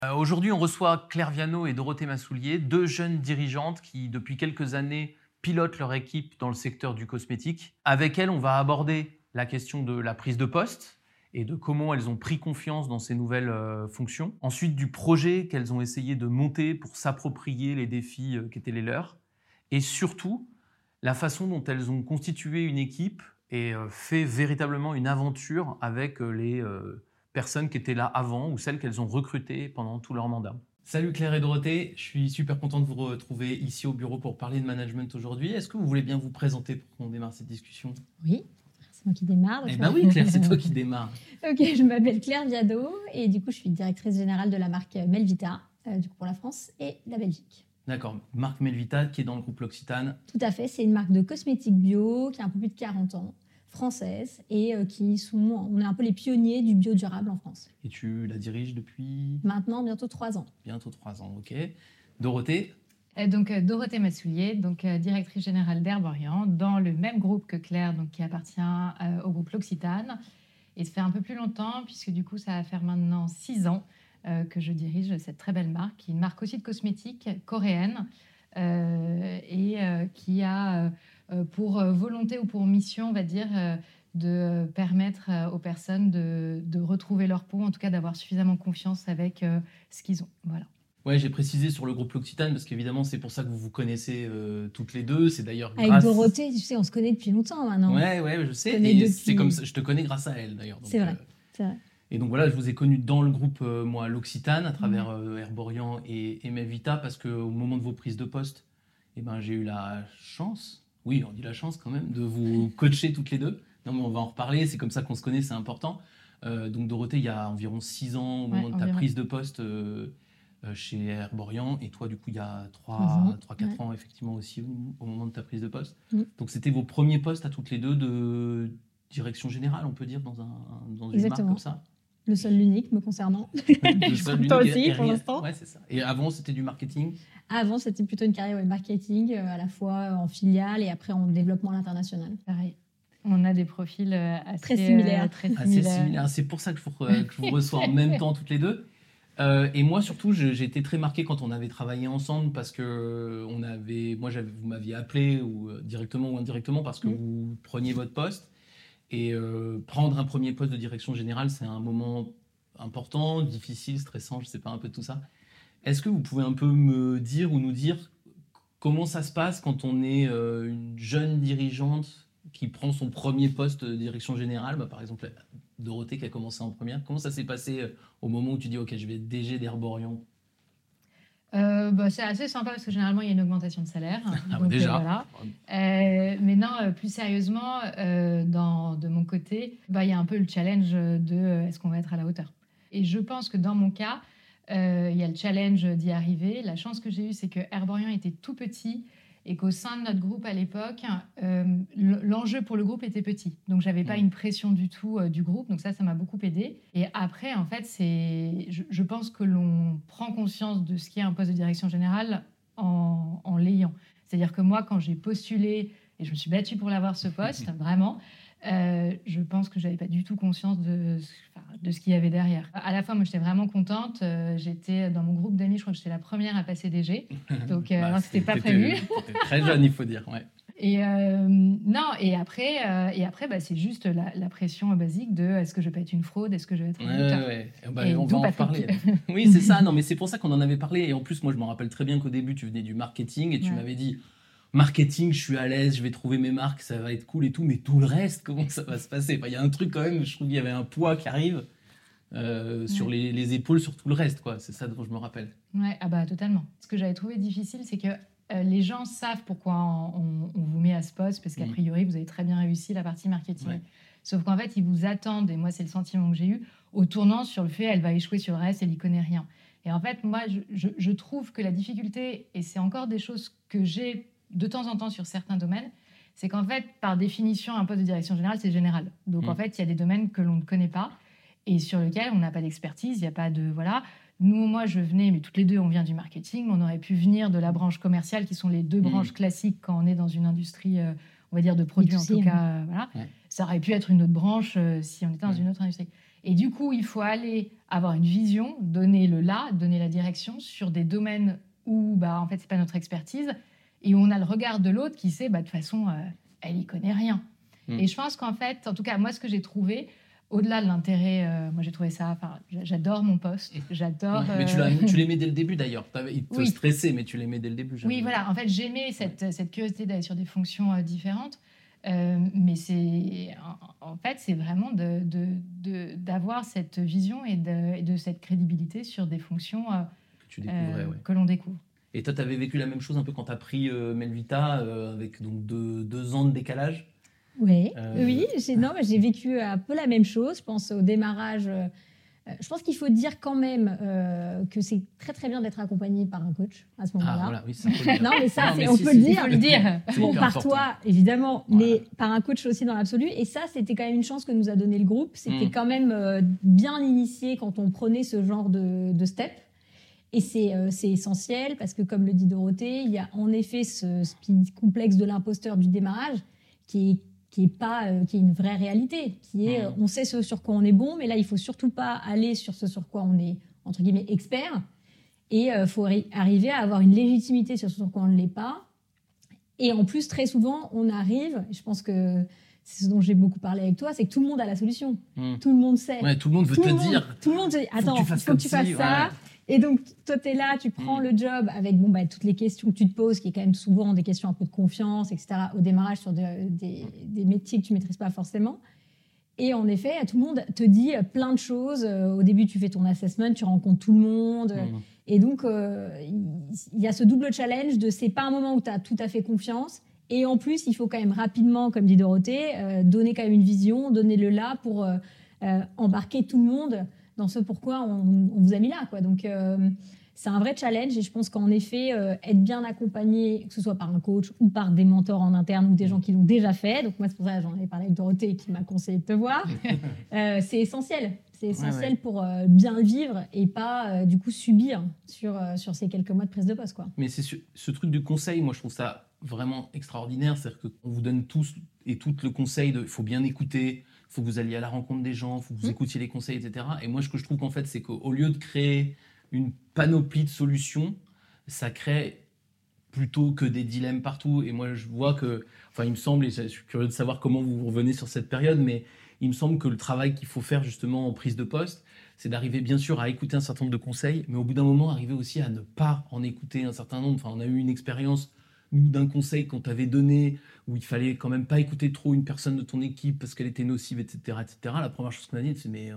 Aujourd'hui, on reçoit Claire Viano et Dorothée Massoulier, deux jeunes dirigeantes qui, depuis quelques années, pilotent leur équipe dans le secteur du cosmétique. Avec elles, on va aborder la question de la prise de poste et de comment elles ont pris confiance dans ces nouvelles fonctions. Ensuite, du projet qu'elles ont essayé de monter pour s'approprier les défis qui étaient les leurs. Et surtout, la façon dont elles ont constitué une équipe et fait véritablement une aventure avec les personnes qui étaient là avant ou celles qu'elles ont recrutées pendant tout leur mandat. Salut Claire et Dorothée, je suis super content de vous retrouver ici au bureau pour parler de management aujourd'hui. Est-ce que vous voulez bien vous présenter pour qu'on démarre cette discussion ? Oui, c'est moi qui démarre. Eh bien oui Claire, c'est toi qui démarre. Ok, je m'appelle Claire Viado et du coup je suis directrice générale de la marque Melvita du coup pour la France et la Belgique. D'accord, marque Melvita qui est dans le groupe L'Occitane. Tout à fait, c'est une marque de cosmétiques bio qui a un peu plus de 40 ans, française, et on est un peu les pionniers du bio durable en France. Et tu la diriges depuis ? Maintenant, bientôt 3 ans. Bientôt 3 ans, ok. Dorothée ? Dorothée Massoulier, directrice générale d'Herborian, dans le même groupe que Claire, qui appartient au groupe L'Occitane. Et ça fait un peu plus longtemps, puisque du coup, ça va faire maintenant 6 ans que je dirige cette très belle marque, qui est une marque aussi de cosmétiques coréenne, qui a pour volonté ou pour mission, on va dire, de permettre aux personnes de retrouver leur peau, en tout cas d'avoir suffisamment confiance avec ce qu'ils ont. Voilà. Ouais, j'ai précisé sur le groupe L'Occitane parce qu'évidemment, c'est pour ça que vous vous connaissez toutes les deux. C'est d'ailleurs grâce... Avec Dorothée, tu sais, on se connaît depuis longtemps maintenant. Ouais, je sais. Et c'est comme ça, je te connais grâce à elle d'ailleurs. C'est vrai, c'est vrai. Et donc voilà, je vous ai connu dans le groupe, moi, L'Occitane, à travers Herborian et Melvita, parce qu'au moment de vos prises de poste, j'ai eu la chance, oui, on dit la chance quand même, de vous coacher toutes les deux. Non, mais on va en reparler, c'est comme ça qu'on se connaît, c'est important. Donc Dorothée, il y a environ 6 ans, au moment de ta prise de poste chez Herborian, et toi, du coup, il y a 3-4 ans, effectivement, aussi, au moment de ta prise de poste. Donc c'était vos premiers postes à toutes les deux de direction générale, on peut dire, dans une marque comme ça. Le seul, l'unique me concernant. Le seul, l'unique. Toi aussi, pour l'instant. Ouais, c'est ça. Et avant, c'était du marketing ? Avant, c'était plutôt une carrière marketing, à la fois en filiale et après en développement à l'international. Pareil. On a des profils assez très similaires. Assez similaires. C'est pour ça que je vous reçois en même temps toutes les deux. Et moi, surtout, j'ai été très marqué quand on avait travaillé ensemble parce que vous m'aviez appelé directement ou indirectement parce que vous preniez votre poste. Et prendre un premier poste de direction générale, c'est un moment important, difficile, stressant, je ne sais pas, un peu tout ça. Est-ce que vous pouvez un peu me dire ou nous dire comment ça se passe quand on est une jeune dirigeante qui prend son premier poste de direction générale, par exemple Dorothée qui a commencé en première. Comment ça s'est passé au moment où tu dis « Ok, je vais être DG d'Herborian » ? C'est assez sympa parce que généralement il y a une augmentation de salaire. Donc, déjà. Voilà. Mais non, plus sérieusement, de mon côté, il y a un peu le challenge de est-ce qu'on va être à la hauteur. Et je pense que dans mon cas, il y a le challenge d'y arriver. La chance que j'ai eue, c'est que Herborian était tout petit et qu'au sein de notre groupe à l'époque, l'enjeu pour le groupe était petit. Donc, je n'avais pas une pression du tout du groupe. Donc, ça m'a beaucoup aidée. Et après, en fait, je pense que l'on prend conscience de ce qu'est un poste de direction générale en l'ayant. C'est-à-dire que moi, quand j'ai postulé, et je me suis battue pour l'avoir ce poste, vraiment, je pense que je n'avais pas du tout conscience de ce qu'il y avait derrière. À la fois, moi, j'étais vraiment contente. J'étais dans mon groupe d'amis, je crois que j'étais la première à passer DG. Donc, c'était pas prévu. C'était très jeune, il faut dire, ouais. Et après, c'est juste la pression basique de est-ce que je vais pas être une fraude, est-ce que je vais être on va en reparler. Oui, c'est ça. Non, mais c'est pour ça qu'on en avait parlé. Et en plus, moi, je me rappelle très bien qu'au début, tu venais du marketing et tu m'avais dit marketing, je suis à l'aise, je vais trouver mes marques, ça va être cool et tout. Mais tout le reste, comment ça va se passer ? Il y a un truc quand même. Je trouve qu'il y avait un poids qui arrive sur les épaules, sur tout le reste, quoi. C'est ça dont je me rappelle. Ouais, totalement. Ce que j'avais trouvé difficile, c'est que les gens savent pourquoi on vous met à ce poste, parce qu'a priori, vous avez très bien réussi la partie marketing. Ouais. Sauf qu'en fait, ils vous attendent, et moi, c'est le sentiment que j'ai eu, au tournant sur le fait elle va échouer sur le reste, elle n'y connaît rien. Et en fait, moi, je trouve que la difficulté, et c'est encore des choses que j'ai de temps en temps sur certains domaines, c'est qu'en fait, par définition, un poste de direction générale, c'est général. Donc, en fait, il y a des domaines que l'on ne connaît pas et sur lesquels on n'a pas d'expertise, il n'y a pas de... Voilà. Nous, moi, je venais, mais toutes les deux, on vient du marketing. On aurait pu venir de la branche commerciale, qui sont les deux branches classiques quand on est dans une industrie, on va dire, de produits, en tout cas. Voilà. Ouais. Ça aurait pu être une autre branche si on était dans une autre industrie. Et du coup, il faut aller avoir une vision, donner le là, donner la direction sur des domaines où, en fait, c'est pas notre expertise et où on a le regard de l'autre qui sait, de toute façon, elle y connaît rien. Et je pense qu'en fait, en tout cas, moi, ce que j'ai trouvé, au-delà de l'intérêt, moi, j'ai trouvé ça... J'adore mon poste, j'adore... Mais tu l'aimais dès le début, d'ailleurs. Il te stressait, mais tu l'aimais dès le début. Oui, voilà. En fait, j'aimais cette curiosité d'aller sur des fonctions différentes. Mais en fait, c'est vraiment d'avoir cette vision et de cette crédibilité sur des fonctions que tu découvrais, que l'on découvre. Et toi, tu avais vécu la même chose un peu quand tu as pris Melvita, avec donc 2 ans de décalage? Oui, j'ai vécu un peu la même chose. Je pense au démarrage. Je pense qu'il faut dire quand même que c'est très très bien d'être accompagné par un coach à ce moment-là. Ah, voilà, oui, ça peut le dire. Non, mais ça, on peut le dire. Bon, par important. toi, évidemment, mais par un coach aussi dans l'absolu. Et ça, c'était quand même une chance que nous a donné le groupe. C'était quand même bien initié quand on prenait ce genre de step. Et c'est essentiel parce que, comme le dit Dorothée, il y a en effet ce complexe de l'imposteur du démarrage qui est une vraie réalité, qui est on sait ce sur quoi on est bon, mais là il faut surtout pas aller sur ce sur quoi on est entre guillemets expert, et faut arriver à avoir une légitimité sur ce sur quoi on ne l'est pas. Et en plus, très souvent, on arrive, je pense que c'est ce dont j'ai beaucoup parlé avec toi, c'est que tout le monde a la solution. Tout le monde sait. Ouais, tout le monde veut te dire. Tout le monde dit, attends, il faut que tu fasses ça. Ouais. Et donc, toi, tu es là, tu prends le job avec toutes les questions que tu te poses, qui est quand même souvent des questions un peu de confiance, etc., au démarrage sur des métiers que tu ne maîtrises pas forcément. Et en effet, tout le monde te dit plein de choses. Au début, tu fais ton assessment, tu rencontres tout le monde. Et donc, il y a ce double challenge de c'est pas un moment où tu as tout à fait confiance. Et en plus, il faut quand même rapidement, comme dit Dorothée, donner quand même une vision, donner le là pour embarquer tout le monde dans ce pourquoi on vous a mis là, quoi. Donc, c'est un vrai challenge et je pense qu'en effet, être bien accompagné, que ce soit par un coach ou par des mentors en interne ou des gens qui l'ont déjà fait, donc moi, c'est pour ça que j'en ai parlé avec Dorothée qui m'a conseillé de te voir, c'est essentiel. C'est essentiel pour bien le vivre et pas, du coup, subir sur ces quelques mois de prise de poste, quoi. Mais c'est ce truc du conseil, moi, je trouve ça vraiment extraordinaire. C'est-à-dire qu'on vous donne tous et toutes le conseil il faut bien écouter, il faut que vous alliez à la rencontre des gens, il faut que vous écoutiez les conseils, etc. Et moi, ce que je trouve qu'en fait, c'est qu'au lieu de créer une panoplie de solutions, ça crée plutôt que des dilemmes partout. Et moi, je vois que, enfin, il me semble, et je suis curieux de savoir comment vous revenez sur cette période, mais il me semble que le travail qu'il faut faire justement en prise de poste, c'est d'arriver bien sûr à écouter un certain nombre de conseils, mais au bout d'un moment, arriver aussi à ne pas en écouter un certain nombre. Enfin, on a eu une expérience, nous, d'un conseil qu'on t'avait donné, où il fallait quand même pas écouter trop une personne de ton équipe parce qu'elle était nocive, etc., etc. La première chose qu'on a dit, c'est mais...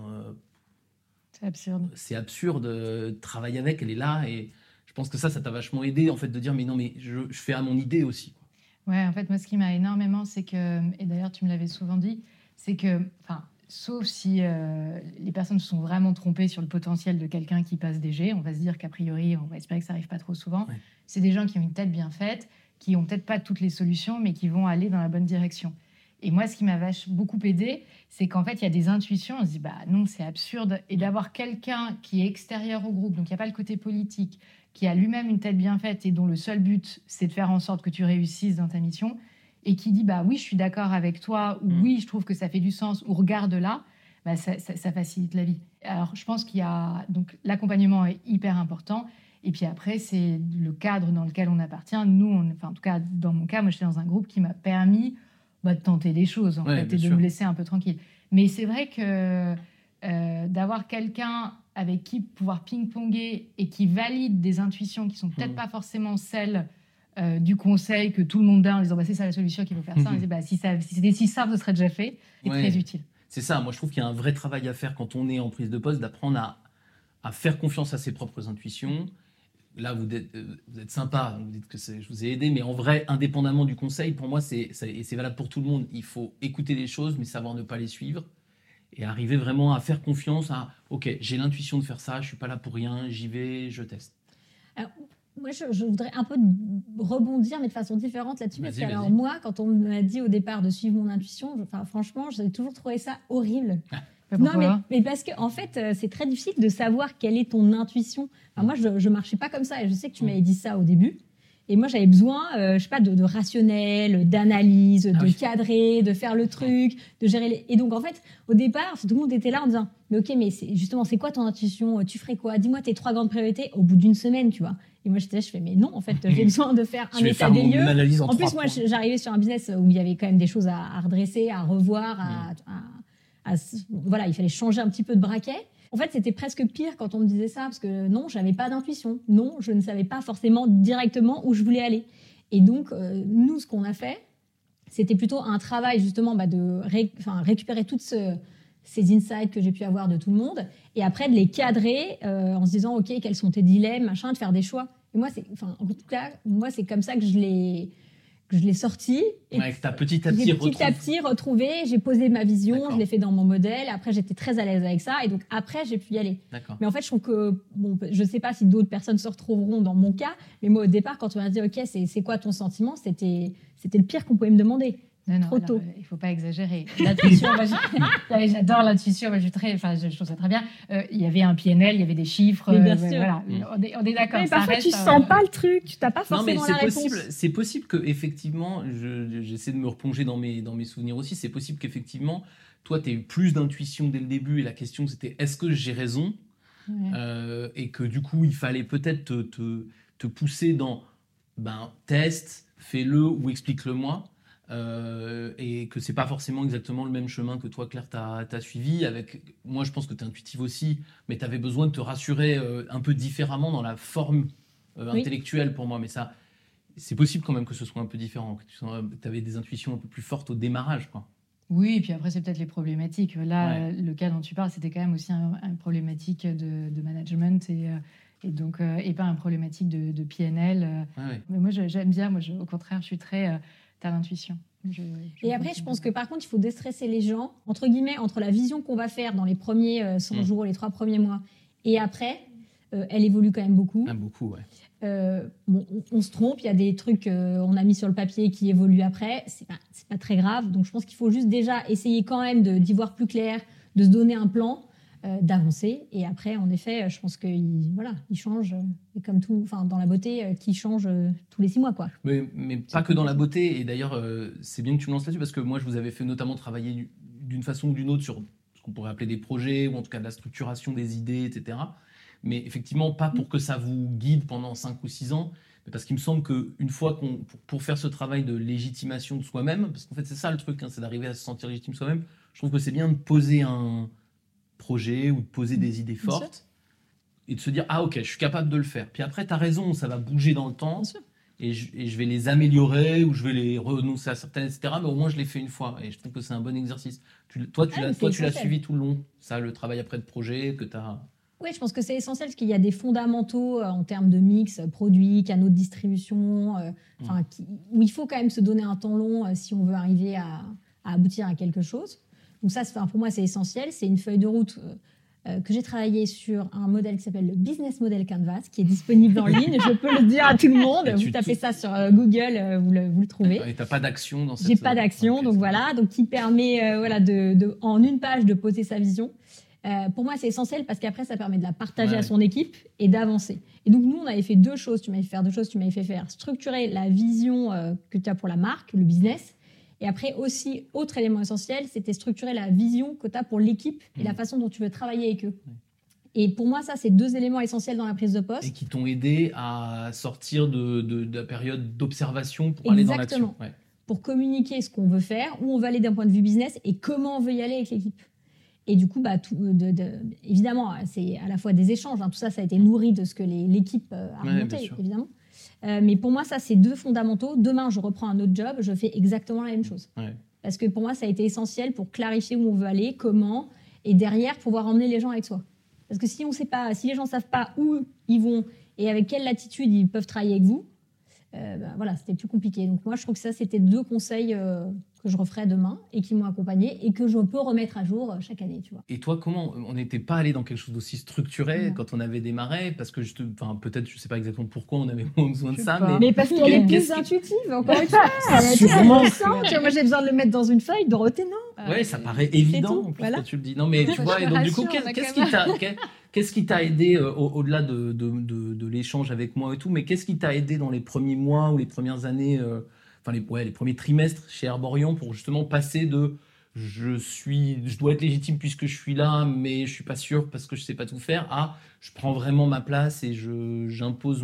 c'est absurde. C'est absurde de travailler avec, elle est là, et je pense que ça t'a vachement aidé, en fait, de dire, mais non, mais je fais à mon idée aussi. Ouais, en fait, moi, ce qui m'a énormément, c'est que, et d'ailleurs, tu me l'avais souvent dit, c'est que, sauf si les personnes se sont vraiment trompées sur le potentiel de quelqu'un qui passe DG, on va se dire qu'a priori, on va espérer que ça n'arrive pas trop souvent. Ouais. C'est des gens qui ont une tête bien faite, qui n'ont peut-être pas toutes les solutions, mais qui vont aller dans la bonne direction. Et moi, ce qui m'a beaucoup aidé, c'est qu'en fait, il y a des intuitions. On se dit, non, c'est absurde. Et d'avoir quelqu'un qui est extérieur au groupe, donc il n'y a pas le côté politique, qui a lui-même une tête bien faite et dont le seul but, c'est de faire en sorte que tu réussisses dans ta mission, et qui dit, oui, je suis d'accord avec toi, ou oui, je trouve que ça fait du sens, ou regarde là, ça facilite la vie. Alors, je pense qu'il y a... Donc, l'accompagnement est hyper important. Et puis après, c'est le cadre dans lequel on appartient. Nous, en tout cas, dans mon cas, moi, j'étais dans un groupe qui m'a permis de tenter des choses, en fait, et de me laisser un peu tranquille. Mais c'est vrai que d'avoir quelqu'un avec qui pouvoir ping-ponger et qui valide des intuitions qui sont peut-être pas forcément celles du conseil que tout le monde a en disant c'est ça la solution, qu'il faut faire ça. On dit, si c'était si simple, ce serait déjà fait, et très utile. C'est ça, moi je trouve qu'il y a un vrai travail à faire quand on est en prise de poste, d'apprendre à faire confiance à ses propres intuitions. Là, vous êtes sympa, vous dites que je vous ai aidé, mais en vrai, indépendamment du conseil, pour moi, c'est valable pour tout le monde. Il faut écouter les choses, mais savoir ne pas les suivre et arriver vraiment à faire confiance à « Ok, j'ai l'intuition de faire ça, je ne suis pas là pour rien, j'y vais, je teste. » Alors, moi, je voudrais un peu rebondir, mais de façon différente là-dessus. Parce que, alors, moi, quand on m'a dit au départ de suivre mon intuition, franchement, j'ai toujours trouvé ça horrible. Non, mais parce que en fait, c'est très difficile de savoir quelle est ton intuition. Moi, je marchais pas comme ça, et je sais que tu m'avais dit ça au début. Et moi, j'avais besoin, je sais pas, de rationnel, d'analyse, de cadrer, de faire le truc, de gérer les... Et donc, en fait, au départ, tout le monde était là en disant, mais ok, mais justement, c'est quoi ton intuition? Tu ferais quoi? Dis-moi tes 3 grandes priorités au bout d'une semaine, tu vois. Et moi, j'étais là, je fais, mais non, en fait, j'ai besoin de faire un état des lieux. En plus, moi, j'arrivais sur un business où il y avait quand même des choses à redresser, à revoir, voilà, il fallait changer un petit peu de braquet. En fait, c'était presque pire quand on me disait ça, parce que non, j'avais pas d'intuition. Non, je ne savais pas forcément directement où je voulais aller. Et donc, nous, ce qu'on a fait, c'était plutôt un travail justement de récupérer toutes ces insights que j'ai pu avoir de tout le monde, et après de les cadrer en se disant, ok, quels sont tes dilemmes, machin, de faire des choix. Et moi, en tout cas, c'est comme ça que je l'ai sorti. Et avec ta petit à petit retrouvé, j'ai posé ma vision, je l'ai fait dans mon modèle. Après, j'étais très à l'aise avec ça. Et donc, après, j'ai pu y aller. D'accord. Mais en fait, je trouve que, je ne sais pas si d'autres personnes se retrouveront dans mon cas, mais moi, au départ, quand on m'a dit, OK, c'est quoi ton sentiment, c'était le pire qu'on pouvait me demander. Non, trop tôt. Il ne faut pas exagérer. L'intuition, j'adore l'intuition, je trouve ça très bien. Il y avait un PNL, il y avait des chiffres. Mais bien sûr. Voilà, on est d'accord. Mais parfois, tu ne sens pas le truc, tu n'as pas forcément la réponse. C'est possible qu'effectivement, j'essaie de me replonger dans mes souvenirs aussi, c'est possible qu'effectivement, toi, tu aies eu plus d'intuition dès le début, et la question, c'était est-ce que j'ai raison? Et que du coup, il fallait peut-être te pousser dans teste, fais-le ou explique-le-moi. Et que c'est pas forcément exactement le même chemin que toi, Claire, t'as suivi. Moi, je pense que t'es intuitive aussi, mais t'avais besoin de te rassurer un peu différemment dans la forme intellectuelle pour moi. Mais ça, c'est possible quand même que ce soit un peu différent, que tu avais des intuitions un peu plus fortes au démarrage, quoi. Oui, et puis après, c'est peut-être les problématiques. Là, le cas dont tu parles, c'était quand même aussi une problématique de management et donc, et pas une problématique de PNL. Mais moi, j'aime bien. Moi, au contraire, je suis très... à l'intuition. Et après, je pense que par contre, il faut déstresser les gens, entre guillemets, entre la vision qu'on va faire dans les premiers 100 jours, les 3 premiers mois, et après, elle évolue quand même beaucoup. Beaucoup, ouais. On se trompe, il y a des trucs on a mis sur le papier qui évoluent après, c'est pas très grave. Donc, je pense qu'il faut juste déjà essayer quand même d'y voir plus clair, de se donner un plan, d'avancer. Et après, en effet, je pense qu'il change, et comme tout, dans la beauté, qui change tous les 6 mois, quoi. Mais pas que dans la beauté. Et d'ailleurs, c'est bien que tu me lances là-dessus, parce que moi, je vous avais fait notamment travailler d'une façon ou d'une autre sur ce qu'on pourrait appeler des projets, ou en tout cas de la structuration des idées, etc. Mais effectivement, pas pour que ça vous guide pendant 5 ou 6 ans, mais parce qu'il me semble qu'une fois pour faire ce travail de légitimation de soi-même, parce qu'en fait, c'est ça le truc, c'est d'arriver à se sentir légitime soi-même, je trouve que c'est bien de poser un projet ou de poser des idées fortes et de se dire, ok, je suis capable de le faire. Puis après, tu as raison, ça va bouger dans le temps et je vais les améliorer ou je vais les renoncer à certaines, etc. Mais au moins, je l'ai fait une fois et je trouve que c'est un bon exercice. Toi, tu l'as suivi tout le long, ça, le travail après de projet que tu as... Oui, je pense que c'est essentiel parce qu'il y a des fondamentaux en termes de mix, produits, canaux de distribution, où il faut quand même se donner un temps long si on veut arriver à aboutir à quelque chose. Donc ça, pour moi, c'est essentiel. C'est une feuille de route que j'ai travaillée sur un modèle qui s'appelle le Business Model Canvas, qui est disponible en ligne. Je peux le dire à tout le monde. Vous tapez ça sur Google, vous le trouvez. Et tu n'as pas d'action dans cette... J'ai pas d'action, donc voilà. Donc qui permet en une page de poser sa vision. Pour moi, c'est essentiel parce qu'après, ça permet de la partager à son équipe et d'avancer. Et donc, nous, on avait fait 2 choses. Tu m'avais fait faire 2 choses. Tu m'avais fait faire structurer la vision que tu as pour la marque, le business. Et après, aussi, autre élément essentiel, c'était structurer la vision que tu as pour l'équipe et la façon dont tu veux travailler avec eux. Et pour moi, ça, c'est 2 éléments essentiels dans la prise de poste. Et qui t'ont aidé à sortir de la période d'observation pour aller dans l'action. Pour communiquer ce qu'on veut faire, où on veut aller d'un point de vue business et comment on veut y aller avec l'équipe. Et du coup, évidemment, c'est à la fois des échanges. Tout ça, ça a été nourri de ce que l'équipe a remonté, évidemment. Mais pour moi, ça, c'est 2 fondamentaux. Demain, je reprends un autre job, je fais exactement la même chose. Parce que pour moi, ça a été essentiel pour clarifier où on veut aller, comment, et derrière, pouvoir emmener les gens avec soi. Parce que si les gens ne savent pas où ils vont et avec quelle latitude ils peuvent travailler avec vous, c'était plus compliqué. Donc moi, je trouve que ça, c'était 2 conseils que je referai demain et qui m'ont accompagnée et que je peux remettre à jour chaque année, tu vois. Et toi, comment on n'était pas allé dans quelque chose d'aussi structuré quand on avait démarré? Parce que peut-être, je sais pas exactement pourquoi on avait moins besoin de ça, mais parce qu'elle est plus intuitive, encore une fois. Sûrement. Moi, j'ai besoin de le mettre dans une feuille. Dorothée, non. Ça paraît évident quand tu le dis. Non, mais tu vois, et donc du coup, Qu'est-ce qui t'a aidé, au-delà de l'échange avec moi et tout, mais qu'est-ce qui t'a aidé dans les premiers mois ou les premières années, les premiers trimestres chez Herborian pour justement passer de je dois être légitime puisque je suis là, mais je suis pas sûr parce que je sais pas tout faire, à je prends vraiment ma place et j'impose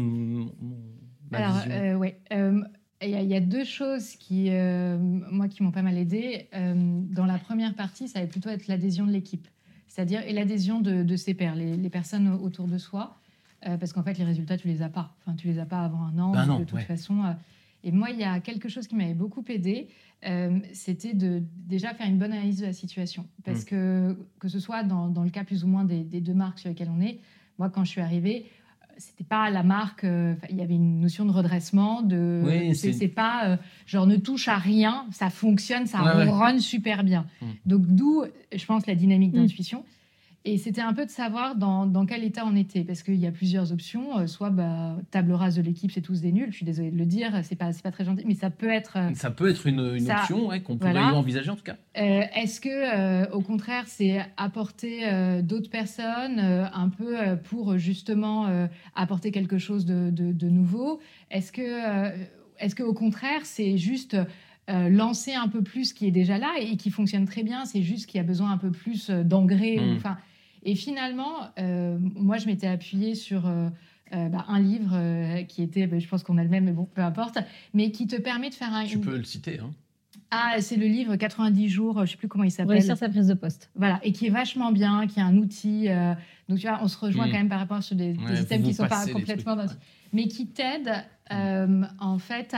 ma vision. Ouais. Il y a deux choses qui m'ont pas mal aidée. Dans la première partie, ça va plutôt être l'adhésion de l'équipe, c'est-à-dire et l'adhésion de ses pairs, les personnes autour de soi, parce qu'en fait, les résultats, tu les as pas. Enfin, tu les as pas avant un an, Ben non, de toute ouais. façon. Et moi, il y a quelque chose qui m'avait beaucoup aidée, c'était de déjà faire une bonne analyse de la situation. Parce que ce soit dans le cas plus ou moins des deux marques sur lesquelles on est, moi, quand je suis arrivée, c'était pas la marque. Il y avait une notion de redressement. Oui, c'est pas genre ne touche à rien, ça fonctionne, ça Ouais, ouais. run super bien. Donc d'où, je pense, la dynamique d'intuition. Et c'était un peu de savoir dans quel état on était, parce qu'il y a plusieurs options. Soit table rase de l'équipe, c'est tous des nuls. Je suis désolée de le dire, c'est pas très gentil, mais ça peut être. Ça peut être une option qu'on pourrait envisager en tout cas. Est-ce que, au contraire, c'est apporter d'autres personnes un peu pour justement apporter quelque chose de nouveau? Est-ce que, au contraire, c'est juste lancer un peu plus ce qui est déjà là et qui fonctionne très bien, c'est juste qu'il y a besoin un peu plus d'engrais Et finalement, moi, je m'étais appuyée sur un livre qui était, je pense qu'on a le même, mais bon, peu importe, mais qui te permet de faire Tu peux le citer, hein. Ah, c'est le livre 90 jours, je ne sais plus comment il s'appelle. Réussir sa prise de poste. Voilà, et qui est vachement bien, qui est un outil. Donc, tu vois, on se rejoint quand même par rapport sur des items qui ne sont pas complètement... Mais qui t'aident, en fait,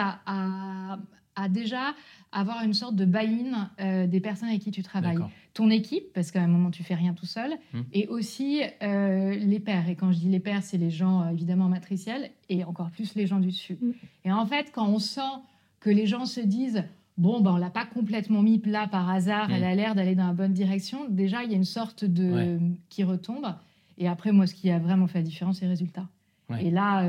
à déjà avoir une sorte de buy-in des personnes avec qui tu travailles. D'accord. Ton équipe, parce qu'à un moment, tu fais rien tout seul, et aussi les pairs. Et quand je dis les pairs, c'est les gens, évidemment, matriciels, et encore plus les gens du dessus. Et en fait, quand on sent que les gens se disent... Bon, on l'a pas complètement mis là par hasard, elle a l'air d'aller dans la bonne direction. Déjà, il y a une sorte de... qui retombe. Et après, moi, ce qui a vraiment fait la différence, c'est les résultats. Ouais. Et là,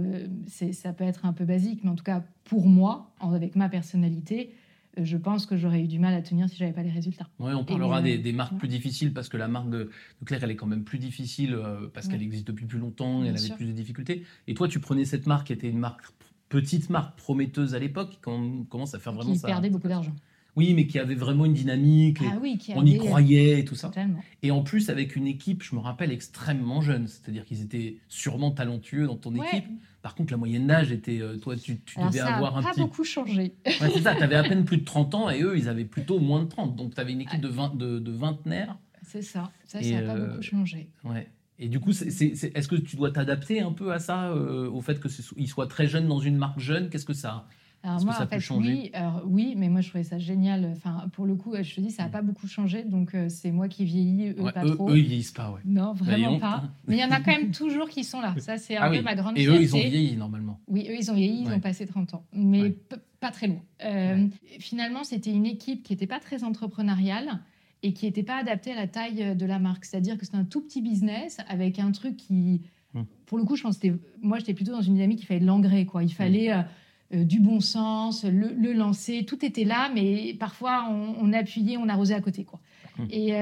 ça peut être un peu basique, mais en tout cas, pour moi, avec ma personnalité, je pense que j'aurais eu du mal à tenir si j'avais pas les résultats. Ouais, on parlera des marques plus difficiles, parce que la marque de Claire, elle est quand même plus difficile, parce qu'elle existe depuis plus longtemps, et elle avait plus de difficultés. Et toi, tu prenais cette marque qui était une petite marque prometteuse à l'époque, qui commence à faire vraiment ça. Qui perdait beaucoup d'argent. Oui, mais qui avait vraiment une dynamique. On y croyait et tout ça. Totalement. Et en plus, avec une équipe, je me rappelle, extrêmement jeune. C'est-à-dire qu'ils étaient sûrement talentueux dans ton équipe. Par contre, la moyenne d'âge était... toi, tu devais avoir un petit... Ça n'a pas beaucoup changé. C'est ça, tu avais à peine plus de 30 ans et eux, ils avaient plutôt moins de 30. Donc, tu avais une équipe de vingtenaires. C'est ça. Ça n'a pas beaucoup changé. Ouais. Et du coup, est-ce que tu dois t'adapter un peu à ça, au fait qu'ils soient très jeunes dans une marque jeune? Qu'est-ce que ça... Alors moi, en fait, oui, mais moi, je trouvais ça génial. Enfin, pour le coup, je te dis, ça n'a pas beaucoup changé. Donc, c'est moi qui vieillis, eux, pas trop. Eux, ils vieillissent pas, ouais. Non, vraiment pas. Mais il y en a quand même toujours qui sont là. Ça, c'est un peu ma grande fierté. Et eux, ils ont vieilli, normalement. Oui, eux, ils ont vieilli, ils ont passé 30 ans. Mais pas très loin. Finalement, c'était une équipe qui n'était pas très entrepreneuriale et qui n'était pas adaptée à la taille de la marque. C'est-à-dire que c'était un tout petit business avec un truc qui... Pour le coup, je pense que moi, j'étais plutôt dans une dynamique, il fallait de l'engrais, quoi. Il fallait... du bon sens, le lancer, tout était là, mais parfois on appuyait, on arrosait à côté, quoi. Et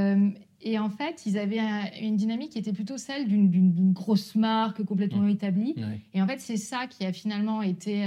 en fait, ils avaient une dynamique qui était plutôt celle d'une grosse marque complètement établie. Et en fait, c'est ça qui a finalement été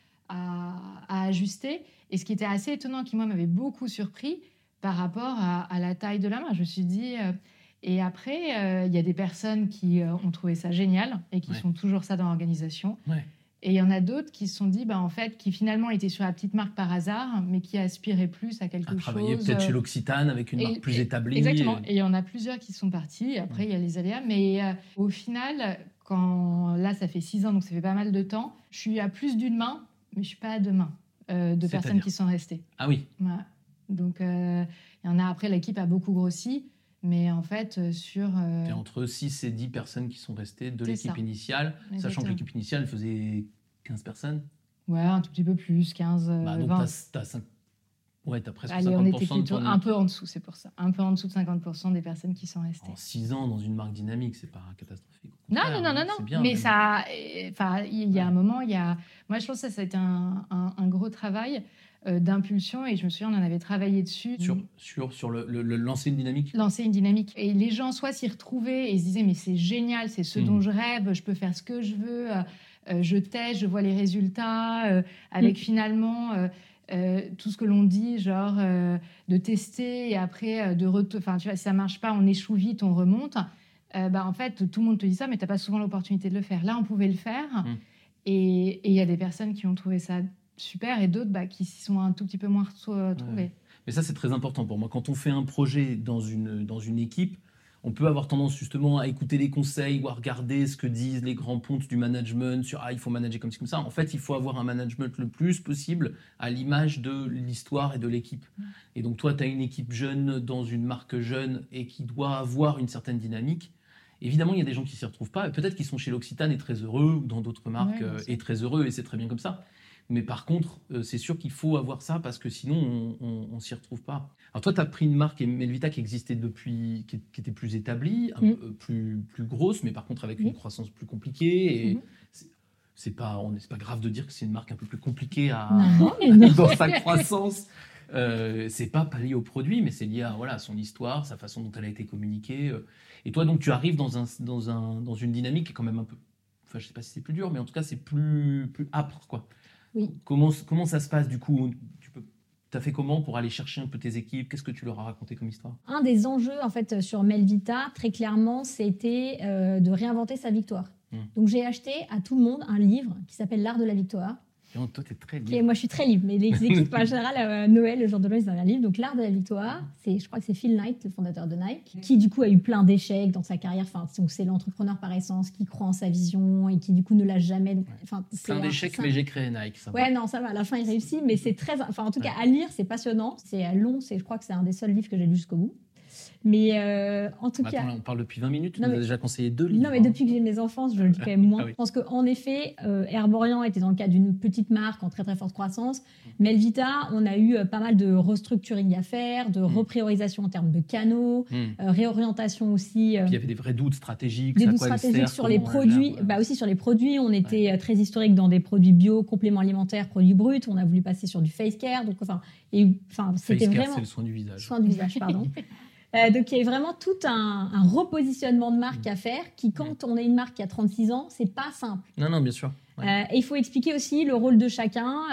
à ajuster. Et ce qui était assez étonnant, qui moi m'avait beaucoup surpris par rapport à la taille de la marque. Je me suis dit... Et après, il y a des personnes qui ont trouvé ça génial et qui sont toujours ça dans l'organisation. Et il y en a d'autres qui se sont dit, en fait, qui finalement étaient sur la petite marque par hasard, mais qui aspiraient plus à quelque chose. Travailler peut-être chez l'Occitane avec une marque plus établie. Exactement. Et il y en a plusieurs qui sont partis. Après, il y a les aléas. Mais au final, là, ça fait 6 ans, donc ça fait pas mal de temps, je suis à plus d'une main, mais je suis pas à 2 mains de personnes qui sont restées. Ah oui. Voilà. Donc, il y en a après, l'équipe a beaucoup grossi. Mais en fait, sur... Il y a entre 6 et 10 personnes qui sont restées de l'équipe initiale, sachant que l'équipe initiale faisait 15 personnes. Ouais, un tout petit peu plus, 15, donc 20. T'as presque 50%. Allez, on était plutôt un peu en dessous, c'est pour ça. Un peu en dessous de 50% des personnes qui sont restées. En 6 ans, dans une marque dynamique, c'est pas catastrophique. Non. Bien, mais ça... il y a un moment, moi, je pense que ça a été un gros travail. d'impulsion. Et je me souviens, on en avait travaillé dessus. Sur le lancer une dynamique. Lancer une dynamique. Et les gens soit s'y retrouvaient et se disaient mais c'est génial, c'est ce dont je rêve, je peux faire ce que je veux, je teste, je vois les résultats, avec finalement tout ce que l'on dit, genre de tester et après enfin tu vois, si ça marche pas, on échoue vite, on remonte. En fait, tout le monde te dit ça, mais t'as pas souvent l'opportunité de le faire. Là, on pouvait le faire. Et il y a des personnes qui ont trouvé ça super et d'autres qui s'y sont un tout petit peu moins retrouvées. Mais ça, c'est très important pour moi. Quand on fait un projet dans une équipe, on peut avoir tendance justement à écouter les conseils ou à regarder ce que disent les grands pontes du management sur il faut manager comme ci, comme ça. En fait, il faut avoir un management le plus possible à l'image de l'histoire et de l'équipe. Et donc, toi, tu as une équipe jeune dans une marque jeune et qui doit avoir une certaine dynamique. Évidemment, il y a des gens qui ne s'y retrouvent pas. Peut-être qu'ils sont chez l'Occitane et très heureux, ou dans d'autres marques et très heureux, et c'est très bien comme ça. Mais par contre, c'est sûr qu'il faut avoir ça parce que sinon, on ne s'y retrouve pas. Alors toi, tu as pris une marque, Melvita, qui existait depuis, qui était plus établie, plus grosse, mais par contre avec une croissance plus compliquée. Et c'est pas grave de dire que c'est une marque un peu plus compliquée dans sa croissance. C'est pas lié au produit, mais c'est lié à son histoire, sa façon dont elle a été communiquée. Et toi, donc, tu arrives dans une dynamique qui est quand même un peu... Enfin, je sais pas si c'est plus dur, mais en tout cas, c'est plus âpre, quoi. Oui. Comment ça se passe, du coup? Tu as fait comment pour aller chercher un peu tes équipes? Qu'est-ce que tu leur as raconté comme histoire? Un des enjeux, en fait, sur Melvita, très clairement, c'était de réinventer sa victoire. Donc, j'ai acheté à tout le monde un livre qui s'appelle L'art de la victoire. Toi, tu es très libre. Moi, je suis très libre, mais les équipes, en général, Noël, le jour de Noël, ils ont un livre. Donc, L'art de la victoire, je crois que c'est Phil Knight, le fondateur de Nike, qui, du coup, a eu plein d'échecs dans sa carrière. Enfin, donc, c'est l'entrepreneur par essence qui croit en sa vision et qui, du coup, ne l'a jamais... Enfin, plein d'échecs, mais j'ai créé Nike, ça va. Ouais, non, ça va. À la fin, il réussit, mais c'est très... Enfin, en tout cas, à lire, c'est passionnant. C'est long. Je crois que c'est un des seuls livres que j'ai lu jusqu'au bout. Mais en tout cas... Attends, là, on parle depuis 20 minutes, tu nous as déjà conseillé 2 livres. Non, mais depuis que j'ai mes enfants, je le dis quand même moins. Je pense qu'en effet, Herborian était dans le cadre d'une petite marque en très très forte croissance. Melvita, on a eu pas mal de restructuring à faire, de repriorisation en termes de canaux, réorientation aussi. Puis il y avait des vrais doutes stratégiques. Des doutes stratégiques sur les produits. Aussi sur les produits, on était très historique dans des produits bio, compléments alimentaires, produits bruts. On a voulu passer sur du face care. Donc, c'était vraiment... c'est le soin du visage. Soin du visage, pardon. Donc, il y a vraiment tout un repositionnement de marque à faire qui, quand on est une marque qui a 36 ans, c'est pas simple. Non, bien sûr. Ouais. Et il faut expliquer aussi le rôle de chacun.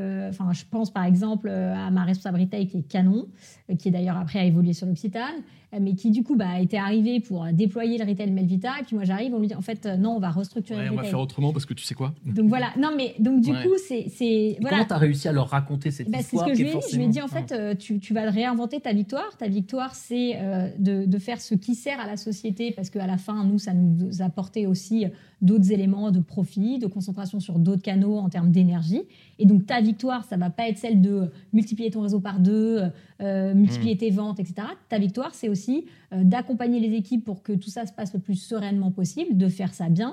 Je pense par exemple à ma responsable retail qui est Canon, qui d'ailleurs après a évolué sur l'Occitane, mais qui du coup était arrivée pour déployer le retail Melvita. Et puis moi j'arrive, on me dit en fait non, on va restructurer le retail. On va faire autrement parce que tu sais quoi. Donc voilà, non mais donc du coup c'est voilà. Comment tu as réussi à leur raconter cette histoire? C'est ce que je lui ai dit en fait, tu vas réinventer ta victoire. Ta victoire c'est de faire ce qui sert à la société parce qu'à la fin nous ça nous a apporté aussi d'autres éléments de profit, de concentration sur d'autres canaux en termes d'énergie. Et donc, ta victoire, ça ne va pas être celle de multiplier ton réseau par 2, multiplier tes ventes, etc. Ta victoire, c'est aussi d'accompagner les équipes pour que tout ça se passe le plus sereinement possible, de faire ça bien.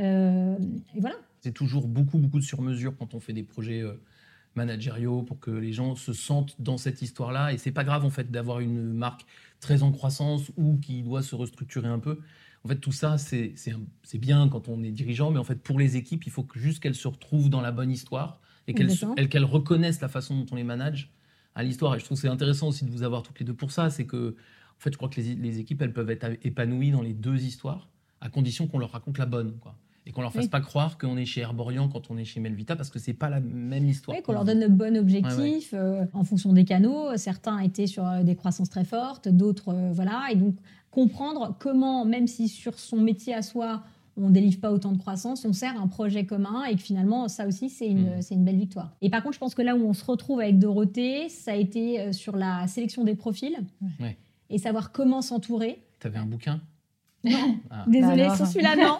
Et voilà. C'est toujours beaucoup de sur-mesure quand on fait des projets managériaux pour que les gens se sentent dans cette histoire-là. Et ce n'est pas grave, en fait, d'avoir une marque très en croissance ou qui doit se restructurer un peu. En fait, tout ça, c'est bien quand on est dirigeant, mais en fait, pour les équipes, il faut juste qu'elles se retrouvent dans la bonne histoire et qu'elles reconnaissent la façon dont on les manage à l'histoire. Et je trouve que c'est intéressant aussi de vous avoir toutes les deux pour ça. C'est que, en fait, je crois que les équipes, elles peuvent être épanouies dans les deux histoires, à condition qu'on leur raconte la bonne, quoi. Et qu'on leur fasse pas croire qu'on est chez Herborian quand on est chez Melvita, parce que c'est pas la même histoire. Oui, qu'on leur donne le bon objectif en fonction des canaux. Certains étaient sur des croissances très fortes, d'autres, voilà. Et donc, comprendre comment, même si sur son métier à soi, on ne délivre pas autant de croissance, on sert un projet commun et que finalement, ça aussi, c'est une belle victoire. Et par contre, je pense que là où on se retrouve avec Dorothée, ça a été sur la sélection des profils et savoir comment s'entourer. Tu avais un bouquin ? Non, désolée, sur celui-là, non.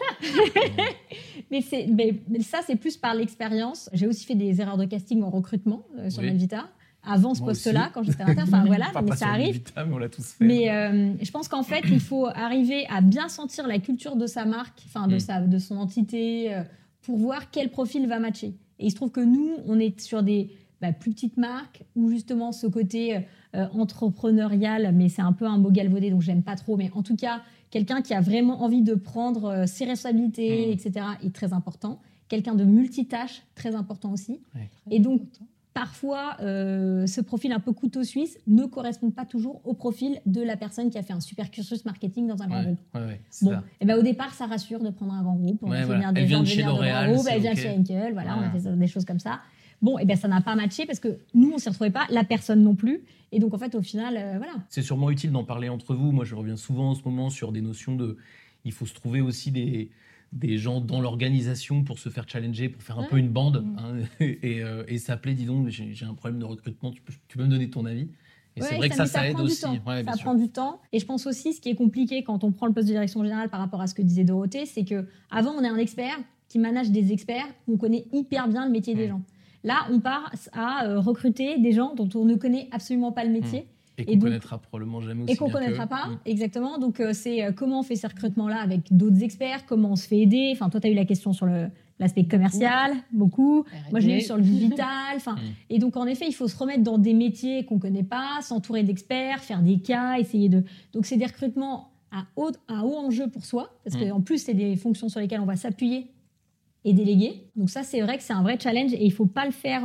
mais ça, c'est plus par l'expérience. J'ai aussi fait des erreurs de casting en recrutement sur Melvita. Avant ce poste-là, quand j'étais à l'interne, enfin voilà, mais ça arrive. Melvita, mais on l'a tous fait. Mais je pense qu'en fait, il faut arriver à bien sentir la culture de sa marque, enfin de son entité, pour voir quel profil va matcher. Et il se trouve que nous, on est sur des plus petites marques où justement ce côté entrepreneurial, mais c'est un peu un mot galvaudé, donc j'aime pas trop. Mais en tout cas, quelqu'un qui a vraiment envie de prendre ses responsabilités, etc., est très important. Quelqu'un de multitâche, très important aussi. Ouais, et donc, parfois, ce profil un peu couteau suisse ne correspond pas toujours au profil de la personne qui a fait un super cursus marketing dans un grand groupe. Et ben, au départ, ça rassure de prendre un grand groupe. On fait venir des gens de L'Oréal, elle vient de chez Henkel, voilà, on a fait des choses comme ça. Bon, et ben ça n'a pas matché parce que nous, on s'y retrouvait pas, la personne non plus. Et donc, en fait, au final, voilà. C'est sûrement utile d'en parler entre vous. Moi, je reviens souvent en ce moment sur des notions de... Il faut se trouver aussi des gens dans l'organisation pour se faire challenger, pour faire un peu une bande, hein, et s'appeler, dis donc, j'ai un problème de recrutement, tu peux me donner ton avis? Et c'est vrai que ça aide aussi. Ouais, ça prend du temps. Et je pense aussi, ce qui est compliqué quand on prend le poste de direction générale par rapport à ce que disait Dorothée, c'est qu'avant, on est un expert qui manage des experts, on connaît hyper bien le métier des gens. Là, on part à recruter des gens dont on ne connaît absolument pas le métier. Et qu'on ne connaîtra probablement jamais aussi. Et qu'on ne connaîtra pas, exactement. Donc, c'est comment on fait ces recrutements-là avec d'autres experts, comment on se fait aider. Enfin, toi, tu as eu la question sur l'aspect commercial, beaucoup. Moi, je l'ai eu sur le digital. Et donc, en effet, il faut se remettre dans des métiers qu'on ne connaît pas, s'entourer d'experts, faire des cas, essayer de... Donc, c'est des recrutements à haut enjeu pour soi, parce qu'en plus, c'est des fonctions sur lesquelles on va s'appuyer et déléguer. Donc ça, c'est vrai que c'est un vrai challenge et il ne faut pas le faire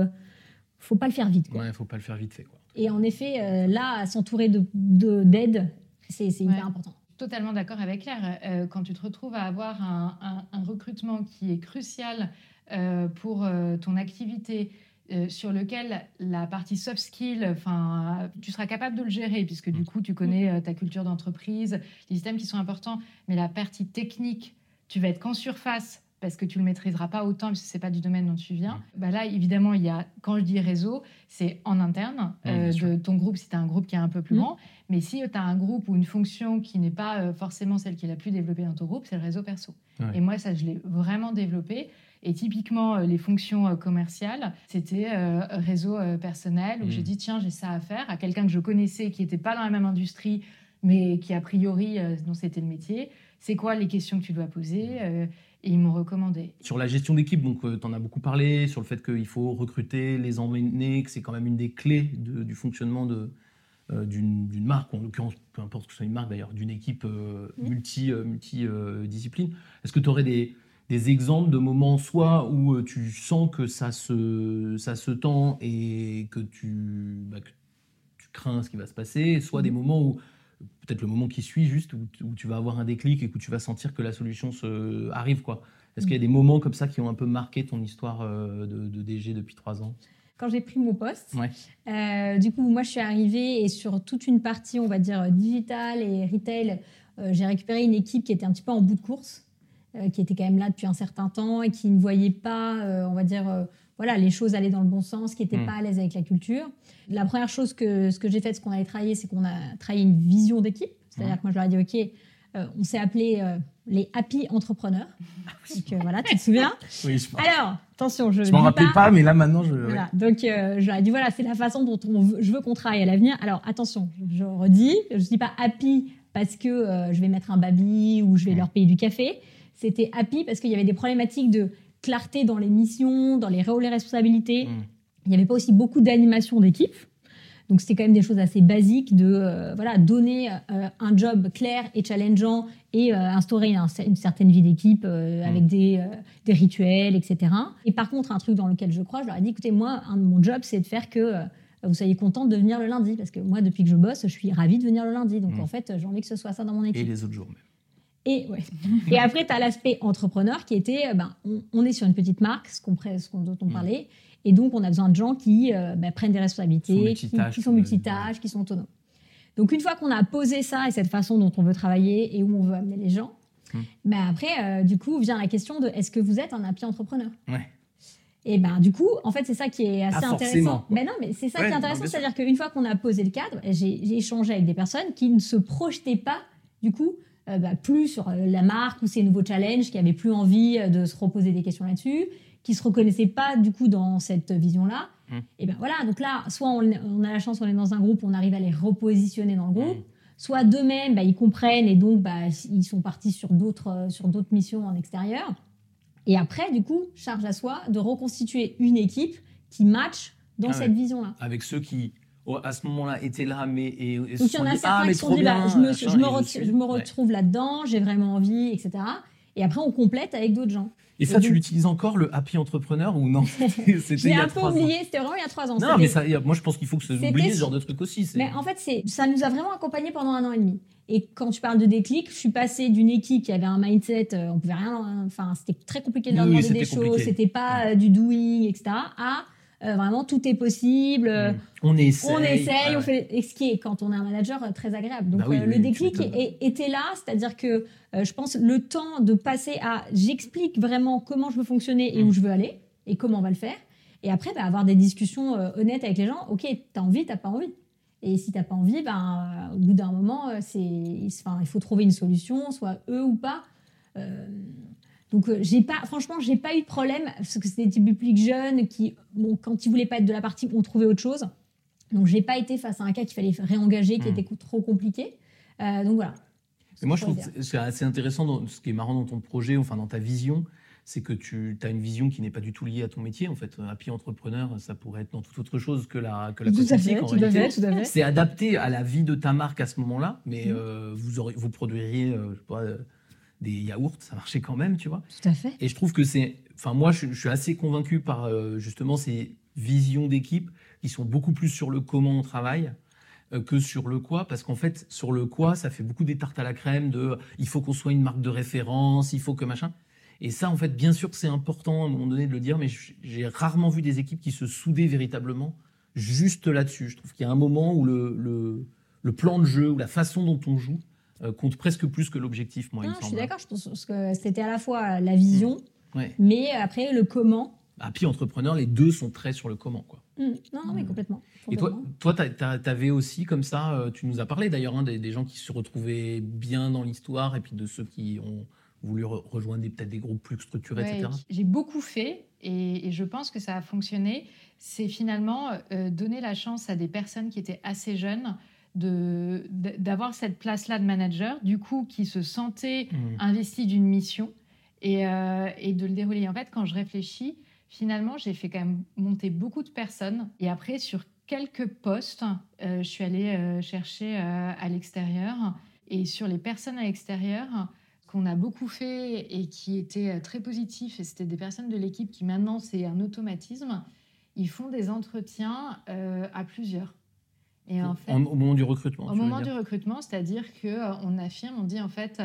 vite. Ouais, il ne faut pas le faire vite fait, quoi. Et en effet, là, s'entourer d'aide, c'est hyper important. Totalement d'accord avec Claire. Quand tu te retrouves à avoir un recrutement qui est crucial pour ton activité, sur lequel la partie soft skill, tu seras capable de le gérer puisque du coup, tu connais ta culture d'entreprise, les systèmes qui sont importants, mais la partie technique, tu vas être qu'en surface parce que tu ne le maîtriseras pas autant parce que ce n'est pas du domaine dont tu viens. Là, évidemment, il y a, quand je dis réseau, c'est en interne de ton groupe, si tu as un groupe qui est un peu plus grand. Mais si tu as un groupe ou une fonction qui n'est pas forcément celle qui est la plus développée dans ton groupe, c'est le réseau perso. Et moi, ça, je l'ai vraiment développé. Et typiquement, les fonctions commerciales, c'était réseau personnel où j'ai dit, tiens, j'ai ça à faire à quelqu'un que je connaissais qui n'était pas dans la même industrie, mais qui, a priori, dont c'était le métier. C'est quoi les questions que tu dois poser et ils m'ont recommandé. Sur la gestion d'équipe, donc tu en as beaucoup parlé, sur le fait qu'il faut recruter, les emmener, que c'est quand même une des clés du fonctionnement d'une marque, ou en l'occurrence, peu importe que ce soit une marque d'ailleurs, d'une équipe multidiscipline. Est-ce que tu aurais des exemples de moments soit où tu sens que ça se tend et que tu crains ce qui va se passer, soit des moments où peut-être le moment qui suit juste, où tu vas avoir un déclic et où tu vas sentir que la solution arrive, quoi. Est-ce qu'il y a des moments comme ça qui ont un peu marqué ton histoire de DG depuis 3 ans? Quand j'ai pris mon poste, du coup, moi, je suis arrivée et sur toute une partie, on va dire, digital et retail, j'ai récupéré une équipe qui était un petit peu en bout de course, qui était quand même là depuis un certain temps et qui ne voyait pas, on va dire... les choses allaient dans le bon sens, qui n'étaient pas à l'aise avec la culture. La première chose que j'ai faite, ce qu'on avait travaillé, c'est qu'on a travaillé une vision d'équipe. C'est-à-dire que moi, je leur ai dit, OK, on s'est appelé les Happy Entrepreneurs. Donc, voilà, tu te souviens? Oui, alors, attention, je m'en rappelais pas, mais là, maintenant, je... Voilà. Donc, je leur ai dit, voilà, c'est la façon dont je veux qu'on travaille à l'avenir. Alors, attention, je redis, je ne dis pas Happy parce que je vais mettre un baby ou je vais leur payer du café. C'était Happy parce qu'il y avait des problématiques de clarté dans les missions, dans les rôles et responsabilités. Il n'y avait pas aussi beaucoup d'animation d'équipe. Donc, c'était quand même des choses assez basiques de donner un job clair et challengeant et instaurer une certaine vie d'équipe avec des rituels, etc. Et par contre, un truc dans lequel je crois, je leur ai dit, écoutez, moi, mon job, c'est de faire que vous soyez contents de venir le lundi. Parce que moi, depuis que je bosse, je suis ravie de venir le lundi. Donc, en fait, j'ai envie que ce soit ça dans mon équipe. Et les autres jours même. Et après, tu as l'aspect entrepreneur qui était, on est sur une petite marque, dont on parlait, et donc on a besoin de gens qui prennent des responsabilités, qui sont multitâches, qui sont autonomes. Donc une fois qu'on a posé ça et cette façon dont on veut travailler et où on veut amener les gens, après, du coup, vient la question de est-ce que vous êtes un happy entrepreneur? Et du coup, en fait, c'est ça qui est assez intéressant. Non, mais c'est ça qui est intéressant, c'est-à-dire qu'une fois qu'on a posé le cadre, j'ai échangé avec des personnes qui ne se projetaient pas, du coup, plus sur la marque ou ses nouveaux challenges, qui n'avaient plus envie de se reposer des questions là-dessus, qui ne se reconnaissaient pas du coup dans cette vision-là. Et voilà, donc là, soit on a la chance, on est dans un groupe, on arrive à les repositionner dans le groupe, soit d'eux-mêmes, ils comprennent et donc ils sont partis sur d'autres missions en extérieur. Et après, du coup, charge à soi de reconstituer une équipe qui match dans cette vision-là. Avec ceux qui... à ce moment-là, étaient là, mais... Donc, il y en a certains qui se sont dit, je me retrouve là-dedans, j'ai vraiment envie, etc. Et après, on complète avec d'autres gens. Et ça, tu l'utilises encore, le happy entrepreneur, ou non? Je l'ai un peu oublié, c'était vraiment il y a 3 ans. Non, mais moi, je pense qu'il faut que oublier ce genre de truc aussi. Mais en fait, ça nous a vraiment accompagnés pendant 1 an et demi. Et quand tu parles de déclic, je suis passée d'une équipe qui avait un mindset, on pouvait rien, enfin, c'était très compliqué de leur demander des choses, c'était pas du doing, etc., à vraiment tout est possible. On essaye, on fait. Et ce qui est, quand on est un manager, très agréable. Donc le déclic était là, c'est-à-dire que je pense le temps de passer à j'explique vraiment comment je veux fonctionner et où je veux aller et comment on va le faire. Et après, avoir des discussions honnêtes avec les gens. Ok, t'as envie, t'as pas envie. Et si t'as pas envie, au bout d'un moment, il faut trouver une solution, soit eux ou pas. Donc, franchement, j'ai pas eu de problème, parce que c'était des publics jeunes qui, quand ils voulaient pas être de la partie, ont trouvé autre chose. Donc, j'ai pas été face à un cas qu'il fallait réengager, qui était trop compliqué. Donc, voilà. Mais moi, je trouve que c'est assez intéressant, ce qui est marrant dans ton projet, enfin, dans ta vision, c'est que tu as une vision qui n'est pas du tout liée à ton métier. En fait, happy entrepreneur, ça pourrait être dans toute autre chose que la cosmétique. Tout à fait. C'est adapté à la vie de ta marque à ce moment-là, mais vous produiriez, je sais pas, des yaourts, ça marchait quand même, tu vois. Tout à fait. Et je trouve que moi, je suis assez convaincu par justement ces visions d'équipe qui sont beaucoup plus sur le comment on travaille que sur le quoi, parce qu'en fait, sur le quoi, ça fait beaucoup des tartes à la crème il faut qu'on soit une marque de référence, il faut que machin. Et ça, en fait, bien sûr que c'est important à un moment donné de le dire, mais j'ai rarement vu des équipes qui se soudaient véritablement juste là-dessus. Je trouve qu'il y a un moment où le plan de jeu, ou la façon dont on joue, compte presque plus que l'objectif, moi, il me semble. Je suis d'accord, je pense que c'était à la fois la vision, mais après le comment. Puis entrepreneur, les deux sont très sur le comment, quoi. Non, mais complètement. Et toi, t'avais aussi comme ça, tu nous as parlé d'ailleurs, des gens qui se retrouvaient bien dans l'histoire, et puis de ceux qui ont voulu rejoindre peut-être des groupes plus structurés, etc. J'ai beaucoup fait, et je pense que ça a fonctionné. C'est finalement donner la chance à des personnes qui étaient assez jeunes d'avoir cette place-là de manager, du coup, qui se sentaient investis d'une mission et de le dérouler. En fait, quand je réfléchis, finalement, j'ai fait quand même monter beaucoup de personnes. Et après, sur quelques postes, je suis allée chercher à l'extérieur. Et sur les personnes à l'extérieur, qu'on a beaucoup fait et qui étaient très positifs, et c'était des personnes de l'équipe qui maintenant, c'est un automatisme, ils font des entretiens à plusieurs. Et en fait, au moment du recrutement. Au moment du recrutement, c'est-à-dire qu'on affirme, on dit en fait,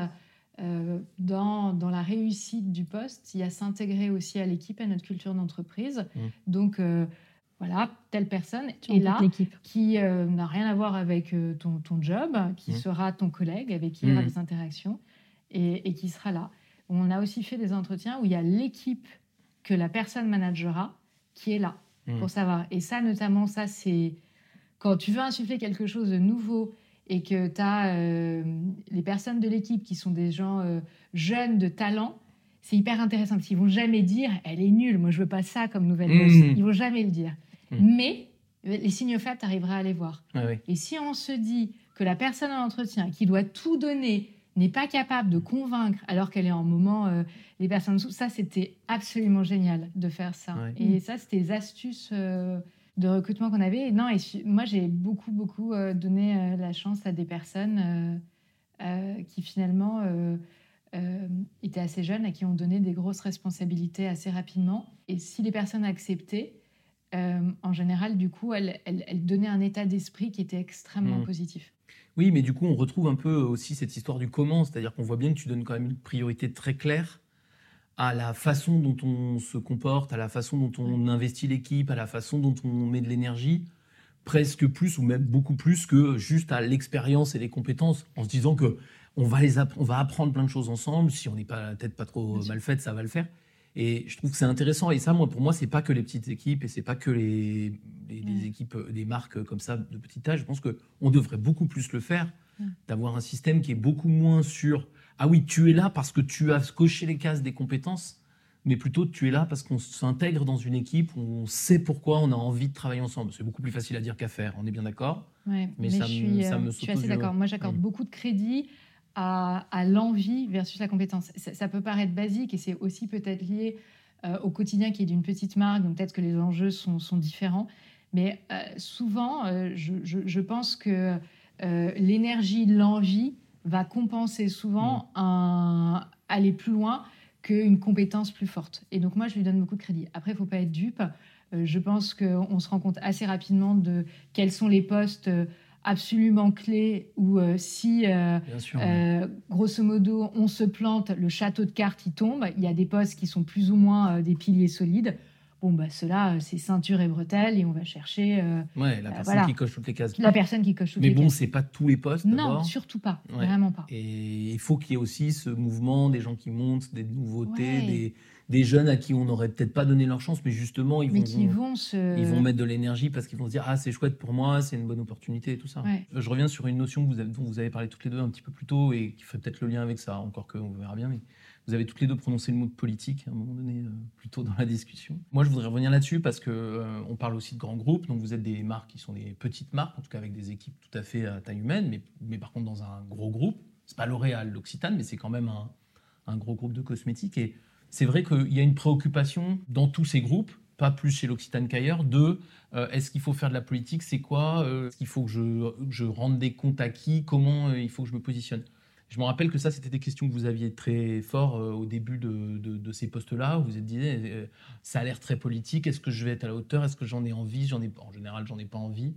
dans la réussite du poste, il y a s'intégrer aussi à l'équipe, à notre culture d'entreprise. Donc, voilà, telle personne est là, qui n'a rien à voir avec ton job, qui sera ton collègue, avec qui il y aura des interactions, et qui sera là. On a aussi fait des entretiens où il y a l'équipe que la personne managera qui est là, pour savoir. Et ça, notamment, ça, c'est... Quand tu veux insuffler quelque chose de nouveau et que tu as les personnes de l'équipe qui sont des gens jeunes, de talent, c'est hyper intéressant parce qu'ils ne vont jamais dire « elle est nulle, moi je ne veux pas ça comme nouvelle boss ». Ils ne vont jamais le dire. Mais les signes faibles, tu arriveras à les voir. Et si on se dit que la personne à l'entretien qui doit tout donner n'est pas capable de convaincre alors qu'elle est en moment, les personnes dessous, ça c'était absolument génial de faire ça. Et ça, c'était des astuces... de recrutement qu'on avait. Moi, j'ai beaucoup donné la chance à des personnes qui finalement étaient assez jeunes et qui ont donné des grosses responsabilités assez rapidement. Et si les personnes acceptaient, en général, du coup, elles donnaient un état d'esprit qui était extrêmement positif. Oui, mais du coup, on retrouve un peu aussi cette histoire du comment, c'est-à-dire qu'on voit bien que tu donnes quand même une priorité très claire à la façon dont on se comporte, à la façon dont on investit l'équipe, à la façon dont on met de l'énergie, presque plus ou même beaucoup plus que juste à l'expérience et les compétences, en se disant que on va apprendre plein de choses ensemble, si on n'est pas la tête pas trop mal faite, ça va le faire. Et je trouve que c'est intéressant. Et ça, pour moi, c'est pas que les petites équipes et c'est pas que les équipes, des marques comme ça de petit âge. Je pense qu'on devrait beaucoup plus le faire, d'avoir un système qui est beaucoup moins sur ah oui, tu es là parce que tu as coché les cases des compétences, mais plutôt tu es là parce qu'on s'intègre dans une équipe où on sait pourquoi on a envie de travailler ensemble. C'est beaucoup plus facile à dire qu'à faire, on est bien d'accord. Mais je suis assez d'accord. Moi, j'accorde beaucoup de crédit à l'envie versus la compétence. Ça peut paraître basique et c'est aussi peut-être lié au quotidien qui est d'une petite marque, donc peut-être que les enjeux sont différents. Mais souvent, je pense que l'énergie, l'envie va compenser souvent aller plus loin qu'une compétence plus forte. Et donc, moi, je lui donne beaucoup de crédit. Après, il ne faut pas être dupe. Je pense qu'on se rend compte assez rapidement de quels sont les postes absolument clés où si, grosso modo, on se plante, le château de cartes, il tombe. Il y a des postes qui sont plus ou moins des piliers solides. Bon, ceux-là, c'est ceinture et bretelles et on va chercher... la personne qui coche toutes les cases. La personne qui coche toutes les cases. Mais bon, c'est pas tous les postes, non, d'abord. Surtout pas. Ouais. Vraiment pas. Et il faut qu'il y ait aussi ce mouvement, des gens qui montent, des nouveautés, des jeunes à qui on n'aurait peut-être pas donné leur chance, mais justement, ils vont mettre de l'énergie parce qu'ils vont se dire « Ah, c'est chouette pour moi, c'est une bonne opportunité » et tout ça. Ouais. Je reviens sur une notion dont vous avez parlé toutes les deux un petit peu plus tôt et qui ferait peut-être le lien avec ça, encore qu'on verra bien, mais vous avez toutes les deux prononcé le mot de politique à un moment donné, plus tôt dans la discussion. Moi, je voudrais revenir là-dessus parce qu'on parle aussi de grands groupes, donc vous êtes des marques qui sont des petites marques, en tout cas avec des équipes tout à fait à taille humaine, mais par contre dans un gros groupe. C'est pas L'Oréal, l'Occitane, mais c'est quand même un gros groupe de cosmétiques. Et c'est vrai qu'il y a une préoccupation dans tous ces groupes, pas plus chez l'Occitane qu'ailleurs, est-ce qu'il faut faire de la politique, c'est quoi, est-ce qu'il faut que je rende des comptes à qui, comment il faut que je me positionne. Je me rappelle que ça, c'était des questions que vous aviez très fort au début de ces postes-là, où vous êtes dit, ça a l'air très politique, est-ce que je vais être à la hauteur, est-ce que j'en ai envie, en général, j'en ai pas envie.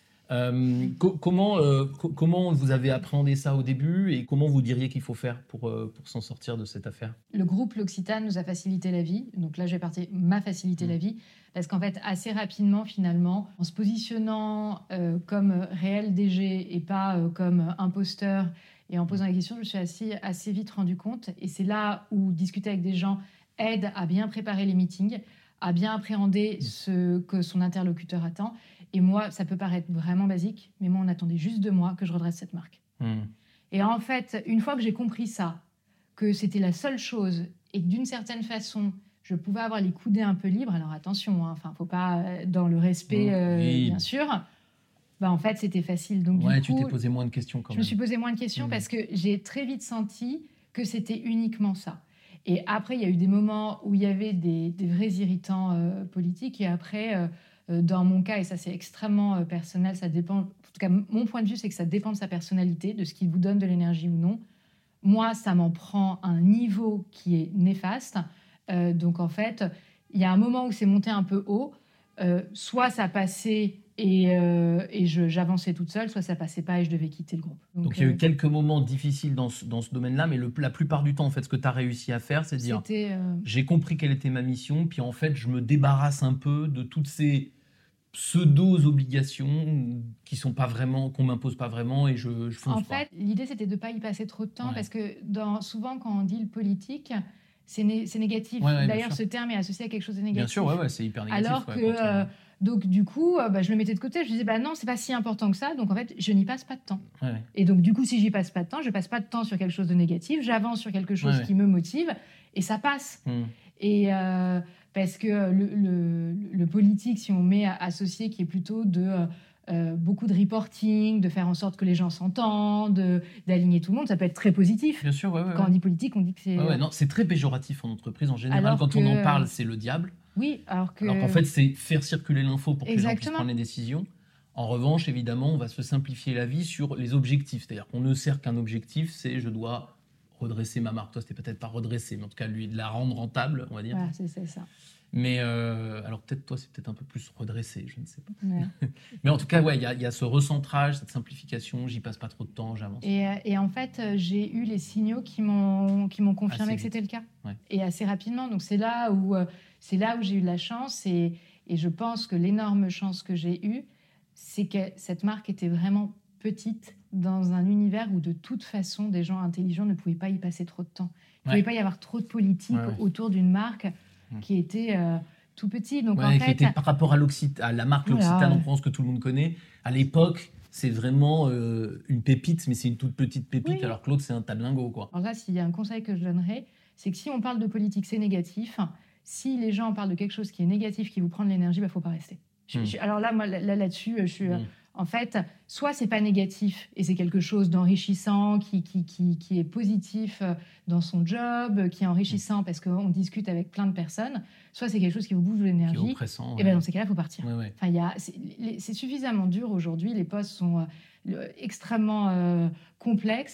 Comment vous avez appréhendé ça au début et comment vous diriez qu'il faut faire pour s'en sortir de cette affaire ? Le groupe L'Occitane nous a facilité la vie. Donc là, je vais partir m'a facilité la vie. Parce qu'en fait, assez rapidement, finalement, en se positionnant comme réel DG et pas comme imposteur et en posant la question, je me suis assez vite rendu compte. Et c'est là où discuter avec des gens aide à bien préparer les meetings, à bien appréhender ce que son interlocuteur attend. Et moi, ça peut paraître vraiment basique, mais moi, on attendait juste de moi que je redresse cette marque. Et en fait, une fois que j'ai compris ça, que c'était la seule chose et que d'une certaine façon, je pouvais avoir les coudées un peu libres, alors attention, faut pas dans le respect, bien sûr, en fait, c'était facile. Donc, du coup, tu t'es posé moins de questions quand même. Je me suis posé moins de questions parce que j'ai très vite senti que c'était uniquement ça. Et après, il y a eu des moments où il y avait des vrais irritants politiques et après... dans mon cas, et ça c'est extrêmement personnel, ça dépend, en tout cas mon point de vue c'est que ça dépend de sa personnalité, de ce qui vous donne de l'énergie ou non. Moi, ça m'en prend un niveau qui est néfaste. Donc en fait, il y a un moment où c'est monté un peu haut, soit ça passait et j'avançais toute seule, soit ça passait pas et je devais quitter le groupe. Donc il y a eu quelques moments difficiles dans ce domaine-là, mais la plupart du temps, en fait, ce que tu as réussi à faire, c'est de dire j'ai compris quelle était ma mission, puis en fait, je me débarrasse un peu de toutes ces pseudo-obligations qui sont pas vraiment, qu'on m'impose pas vraiment et je fonce. En fait, l'idée, c'était de pas y passer trop de temps parce que souvent, quand on dit le politique, c'est négatif. D'ailleurs, ce terme est associé à quelque chose de négatif. Bien sûr, c'est hyper négatif. Alors que... donc, du coup, je le mettais de côté. Je disais, non, c'est pas si important que ça. Donc, en fait, je n'y passe pas de temps. Et donc, du coup, si j'y passe pas de temps, je passe pas de temps sur quelque chose de négatif. J'avance sur quelque chose qui me motive et ça passe. Et parce que le politique, si on met associé, qui est plutôt de beaucoup de reporting, de faire en sorte que les gens s'entendent, d'aligner tout le monde, ça peut être très positif. Bien sûr, Quand on dit politique, on dit que c'est... non, c'est très péjoratif en entreprise. En général, quand on en parle, c'est le diable. Oui, alors qu'en fait, c'est faire circuler l'info pour que les gens puissent prendre les décisions. En revanche, évidemment, on va se simplifier la vie sur les objectifs. C'est-à-dire qu'on ne sert qu'un objectif, c'est je dois redresser ma marque. Toi, c'était peut-être pas redresser, mais en tout cas, lui, de la rendre rentable, on va dire. Voilà, c'est ça. Mais alors peut-être toi, c'est peut-être un peu plus redressé, je ne sais pas. Mais en tout cas, il y a ce recentrage, cette simplification. J'y passe pas trop de temps, j'avance. Et en fait, j'ai eu les signaux qui m'ont confirmé que c'était le cas. Et assez rapidement. Donc c'est là où j'ai eu de la chance. Et je pense que l'énorme chance que j'ai eue, c'est que cette marque était vraiment petite dans un univers où de toute façon, des gens intelligents ne pouvaient pas y passer trop de temps. Il ne pouvait pas y avoir trop de politique autour d'une marque qui était tout petit. Donc en fait, qui était par rapport à la marque L'Occitane en France que tout le monde connaît. À l'époque, c'est vraiment une pépite, mais c'est une toute petite pépite, alors que l'autre, c'est un tas de lingots, quoi. Alors là, s'il y a un conseil que je donnerais, c'est que si on parle de politique, c'est négatif. Si les gens parlent de quelque chose qui est négatif, qui vous prend de l'énergie, il ne faut pas rester. Alors là, moi, là-dessus, je suis... En fait, soit c'est pas négatif et c'est quelque chose d'enrichissant qui est positif dans son job, qui est enrichissant parce qu'on discute avec plein de personnes, soit c'est quelque chose qui vous bouge de l'énergie. Qui est oppressant. Et dans ces cas-là, il faut partir. Enfin, c'est suffisamment dur aujourd'hui. Les postes sont extrêmement complexes.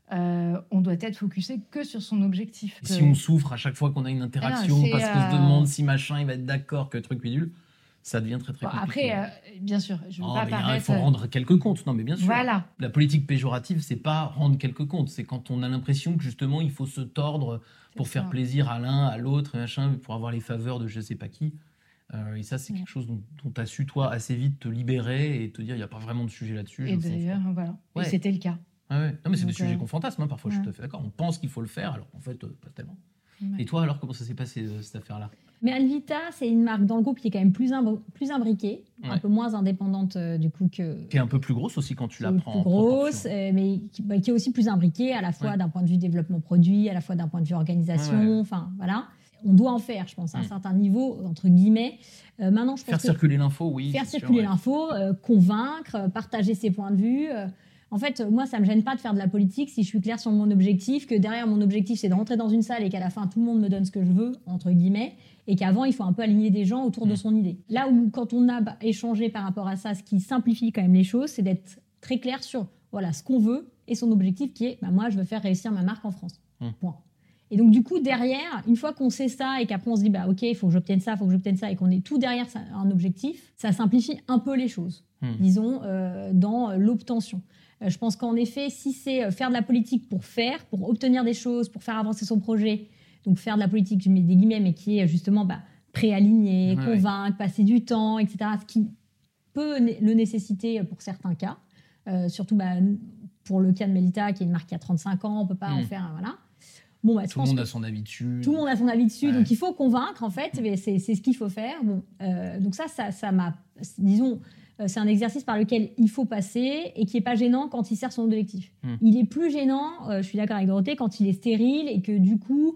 on doit être focusé que sur son objectif. Et si on souffre à chaque fois qu'on a une interaction, parce qu'on se demande si machin il va être d'accord, que truc bidule, ça devient très très compliqué. Après, bien sûr, je ne veux pas paraître... Il faut rendre quelques comptes, non mais bien sûr. Voilà. La politique péjorative, c'est pas rendre quelques comptes, c'est quand on a l'impression que justement il faut se tordre pour faire plaisir à l'un, à l'autre, machin, pour avoir les faveurs de je sais pas qui. Et ça, c'est quelque chose dont tu as su, toi, assez vite te libérer et te dire il n'y a pas vraiment de sujet là-dessus. Et d'ailleurs, voilà. Ouais. Et c'était le cas. Ah ouais. Non, mais c'est des sujets Donc, qu'on fantasme, parfois, je suis tout à fait d'accord. On pense qu'il faut le faire, alors en fait, pas tellement. Ouais. Et toi, alors, comment ça s'est passé, cette affaire-là? Mais Alvita, c'est une marque dans le groupe qui est quand même plus imbriquée, un peu moins indépendante du coup que... Qui est un peu plus grosse aussi quand tu la prends. Plus grosse, mais qui est aussi plus imbriquée à la fois d'un point de vue développement produit, à la fois d'un point de vue organisation, enfin voilà. On doit en faire, je pense, à un certain niveau, entre guillemets. Maintenant, je pense faire circuler l'info, oui. Faire circuler l'info, convaincre, partager ses points de vue. En fait, moi, ça ne me gêne pas de faire de la politique si je suis claire sur mon objectif, que derrière mon objectif, c'est de rentrer dans une salle et qu'à la fin, tout le monde me donne ce que je veux, entre guillemets, et qu'avant, il faut un peu aligner des gens autour de son idée. Là où, quand on a échangé par rapport à ça, ce qui simplifie quand même les choses, c'est d'être très clair sur ce qu'on veut et son objectif qui est moi, je veux faire réussir ma marque en France. Point. Et donc, du coup, derrière, une fois qu'on sait ça et qu'après on se dit, OK, il faut que j'obtienne ça, et qu'on est tout derrière un objectif, ça simplifie un peu les choses, disons, dans l'obtention. Je pense qu'en effet, si c'est faire de la politique pour obtenir des choses, pour faire avancer son projet, donc faire de la politique, je mets des guillemets, mais qui est justement préaligner, convaincre, passer du temps, etc., ce qui peut le nécessiter pour certains cas, surtout pour le cas de Melita, qui est une marque qui a 35 ans, on ne peut pas en faire, voilà. Tout le monde a son avis dessus. Tout le monde a son avis dessus, donc il faut convaincre, en fait, mais c'est ce qu'il faut faire. Donc ça m'a, disons, c'est un exercice par lequel il faut passer et qui n'est pas gênant quand il sert son objectif. Il est plus gênant, je suis d'accord avec Dorothée, quand il est stérile et que du coup,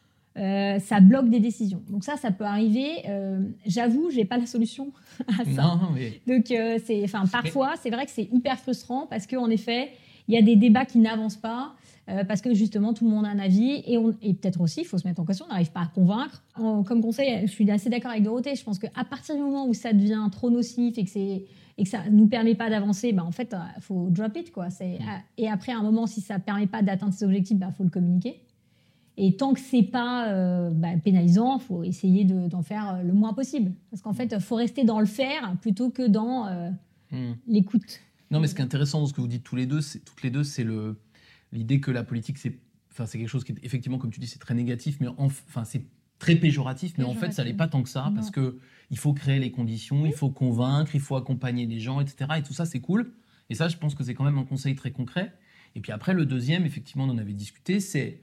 ça bloque des décisions. Donc ça peut arriver. J'avoue, je n'ai pas la solution à ça. Non, mais... Donc parfois, c'est vrai que c'est hyper frustrant parce qu'en effet, il y a des débats qui n'avancent pas. Parce que justement, tout le monde a un avis et peut-être aussi, il faut se mettre en question, on n'arrive pas à convaincre. Comme conseil, je suis assez d'accord avec Dorothée, je pense qu'à partir du moment où ça devient trop nocif et que ça ne nous permet pas d'avancer, en fait, il faut drop it, quoi. Et après, à un moment, si ça ne permet pas d'atteindre ses objectifs, il faut le communiquer. Et tant que ce n'est pas pénalisant, il faut essayer d'en faire le moins possible. Parce qu'en fait, il faut rester dans le faire plutôt que dans l'écoute. Non, mais ce qui est intéressant dans ce que vous dites toutes les deux, c'est l'idée que la politique, c'est quelque chose qui est effectivement, comme tu dis, c'est très négatif, mais c'est très péjoratif, mais en fait, ça l'est pas tant que ça, parce que il faut créer les conditions, il faut convaincre, il faut accompagner les gens, etc. Et tout ça, c'est cool. Et ça, je pense que c'est quand même un conseil très concret. Et puis après, le deuxième, effectivement, on en avait discuté, c'est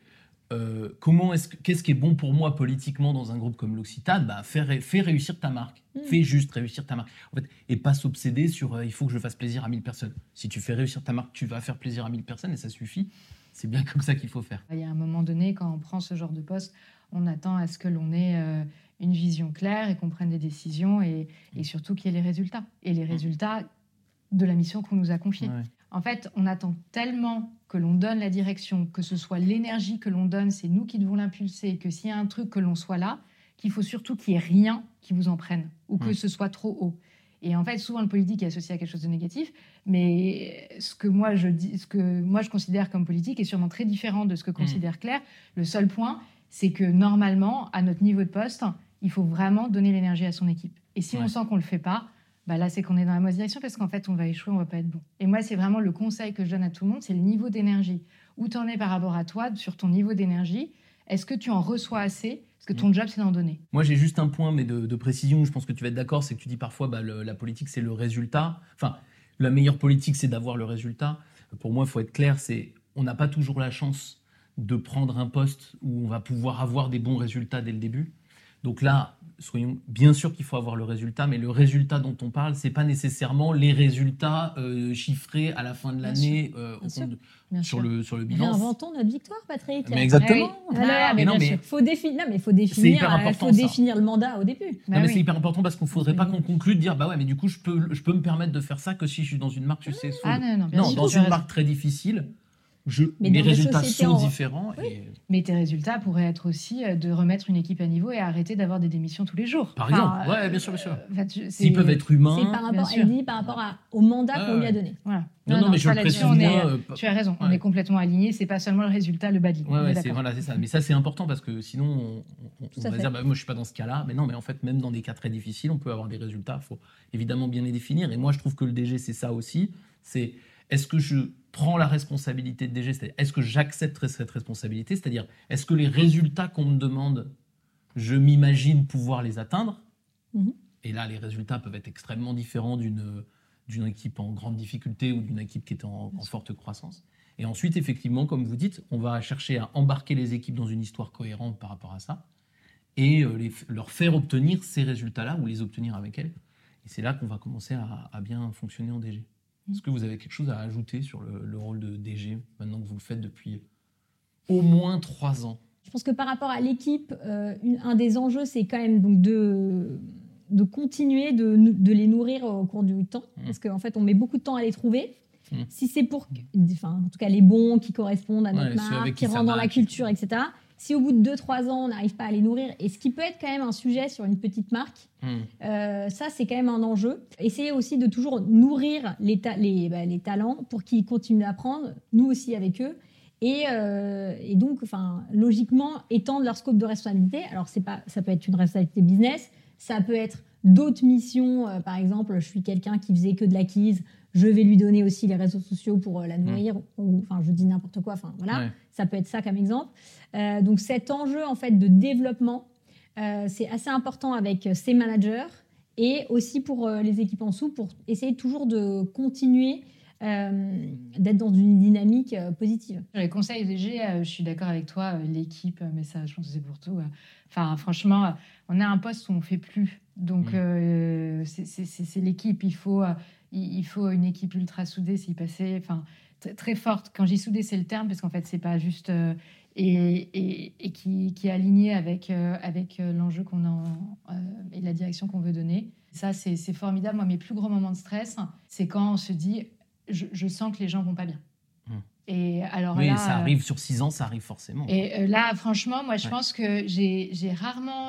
qu'est-ce qui est bon pour moi politiquement dans un groupe comme l'Occitane? Fais réussir ta marque. Fais juste réussir ta marque. En fait, et pas s'obséder sur il faut que je fasse plaisir à 1000 personnes. Si tu fais réussir ta marque, tu vas faire plaisir à 1000 personnes et ça suffit. C'est bien comme ça qu'il faut faire. Il y a un moment donné, quand on prend ce genre de poste, on attend à ce que l'on ait une vision claire et qu'on prenne des décisions et surtout qu'il y ait les résultats. Et les résultats de la mission qu'on nous a confiée. Ouais. En fait, on attend tellement que l'on donne la direction, que ce soit l'énergie que l'on donne, c'est nous qui devons l'impulser, que s'il y a un truc, que l'on soit là, qu'il faut surtout qu'il n'y ait rien qui vous en prenne ou que ce soit trop haut. Et en fait, souvent, le politique est associé à quelque chose de négatif, mais ce que moi je considère comme politique est sûrement très différent de ce que considère Claire. Le seul point, c'est que normalement, à notre niveau de poste, il faut vraiment donner l'énergie à son équipe. Et si on sent qu'on ne le fait pas, là, c'est qu'on est dans la mauvaise direction parce qu'en fait, on va échouer, on ne va pas être bon. Et moi, c'est vraiment le conseil que je donne à tout le monde, c'est le niveau d'énergie. Où tu en es par rapport à toi, sur ton niveau d'énergie? Est-ce que tu en reçois assez? Parce que ton job, c'est d'en donner. Moi, j'ai juste un point mais de précision. Je pense que tu vas être d'accord, c'est que tu dis parfois la politique, c'est le résultat. Enfin, la meilleure politique, c'est d'avoir le résultat. Pour moi, il faut être clair, on n'a pas toujours la chance de prendre un poste où on va pouvoir avoir des bons résultats dès le début. Donc là, soyons bien sûr qu'il faut avoir le résultat, mais le résultat dont on parle, c'est pas nécessairement les résultats chiffrés à la fin de l'année sur le bilan. Réinventons notre victoire, Patrick. Mais exactement. Il faut définir le mandat au début. Mais c'est hyper important parce qu'on ne faudrait pas qu'on conclue de dire mais du coup je peux me permettre de faire ça que si je suis dans une marque, tu sais, dans une marque très difficile. Mais mes dans des résultats sociétés sont en- différents. Oui. Et, Mais tes résultats pourraient être aussi de remettre une équipe à niveau et arrêter d'avoir des démissions tous les jours. par exemple, ouais, bien sûr, bien sûr. C'est Ils peuvent être humains. C'est par Bien rapport, sûr. elle dit par rapport au mandat qu'on lui a donné. Voilà. Non, mais je ça, le là-dessus, précise moi. tu as raison, on ouais. est complètement alignés. C'est pas seulement le résultat, le bad league. Ouais, On est ouais, d'accord. voilà, c'est ça. Mais ça, c'est important parce que sinon, on Tout à va fait. dire, bah, moi, je suis pas dans ce cas-là. Mais non, mais en fait, même dans des cas très difficiles, on peut avoir des résultats. Il faut évidemment bien les définir. Et moi, je trouve que le DG, c'est ça aussi. C'est est-ce que je prends la responsabilité de DG, c'est-à-dire est-ce que j'accepte cette responsabilité, c'est-à-dire est-ce que les résultats qu'on me demande, je m'imagine pouvoir les atteindre. Mhm. Et là, les résultats peuvent être extrêmement différents d'une équipe en grande difficulté ou d'une équipe qui est en forte croissance. Et ensuite, effectivement, comme vous dites, on va chercher à embarquer les équipes dans une histoire cohérente par rapport à ça et leur faire obtenir ces résultats-là ou les obtenir avec elles. Et c'est là qu'on va commencer à bien fonctionner en DG. Est-ce que vous avez quelque chose à ajouter sur le rôle de DG, maintenant que vous le faites depuis au moins 3 ans? Je pense que par rapport à l'équipe, un des enjeux, c'est quand même donc de continuer de les nourrir au cours du temps. Parce qu'en fait, on met beaucoup de temps à les trouver. Si c'est pour, enfin, en tout cas, les bons qui correspondent à notre Ouais, ceux marque, avec qui qui ça rentrent dans la match. culture, etc. Si au bout de 2-3 ans, on n'arrive pas à les nourrir, et ce qui peut être quand même un sujet sur une petite marque, ça, c'est quand même un enjeu. Essayez aussi de toujours nourrir les talents pour qu'ils continuent d'apprendre, nous aussi avec eux. Et donc, logiquement, étendre leur scope de responsabilité. Alors, ça peut être une responsabilité business, ça peut être d'autres missions. Par exemple, je suis quelqu'un qui faisait que de l'acquise, je vais lui donner aussi les réseaux sociaux pour la nourrir, ou je dis n'importe quoi. Voilà, Ouais. ça peut être ça comme exemple. Donc, cet enjeu en fait de développement, c'est assez important avec ces managers et aussi pour les équipes en dessous, pour essayer toujours de continuer d'être dans une dynamique positive. Sur les conseils DG, je suis d'accord avec toi, l'équipe, mais ça, je pense que c'est pour tout. Franchement, on a un poste où on ne fait plus. Donc, c'est l'équipe. Il faut une équipe ultra soudée, s'y passer, très forte. Quand j'y soudée, c'est le terme, parce qu'en fait, c'est pas juste... et qui est aligné avec l'enjeu qu'on a et la direction qu'on veut donner. Ça, c'est formidable. Moi, mes plus gros moments de stress, c'est quand on se dit... Je sens que les gens vont pas bien. Et alors oui, là, ça arrive sur 6 ans, ça arrive forcément. Et là, franchement, moi, je pense que j'ai rarement...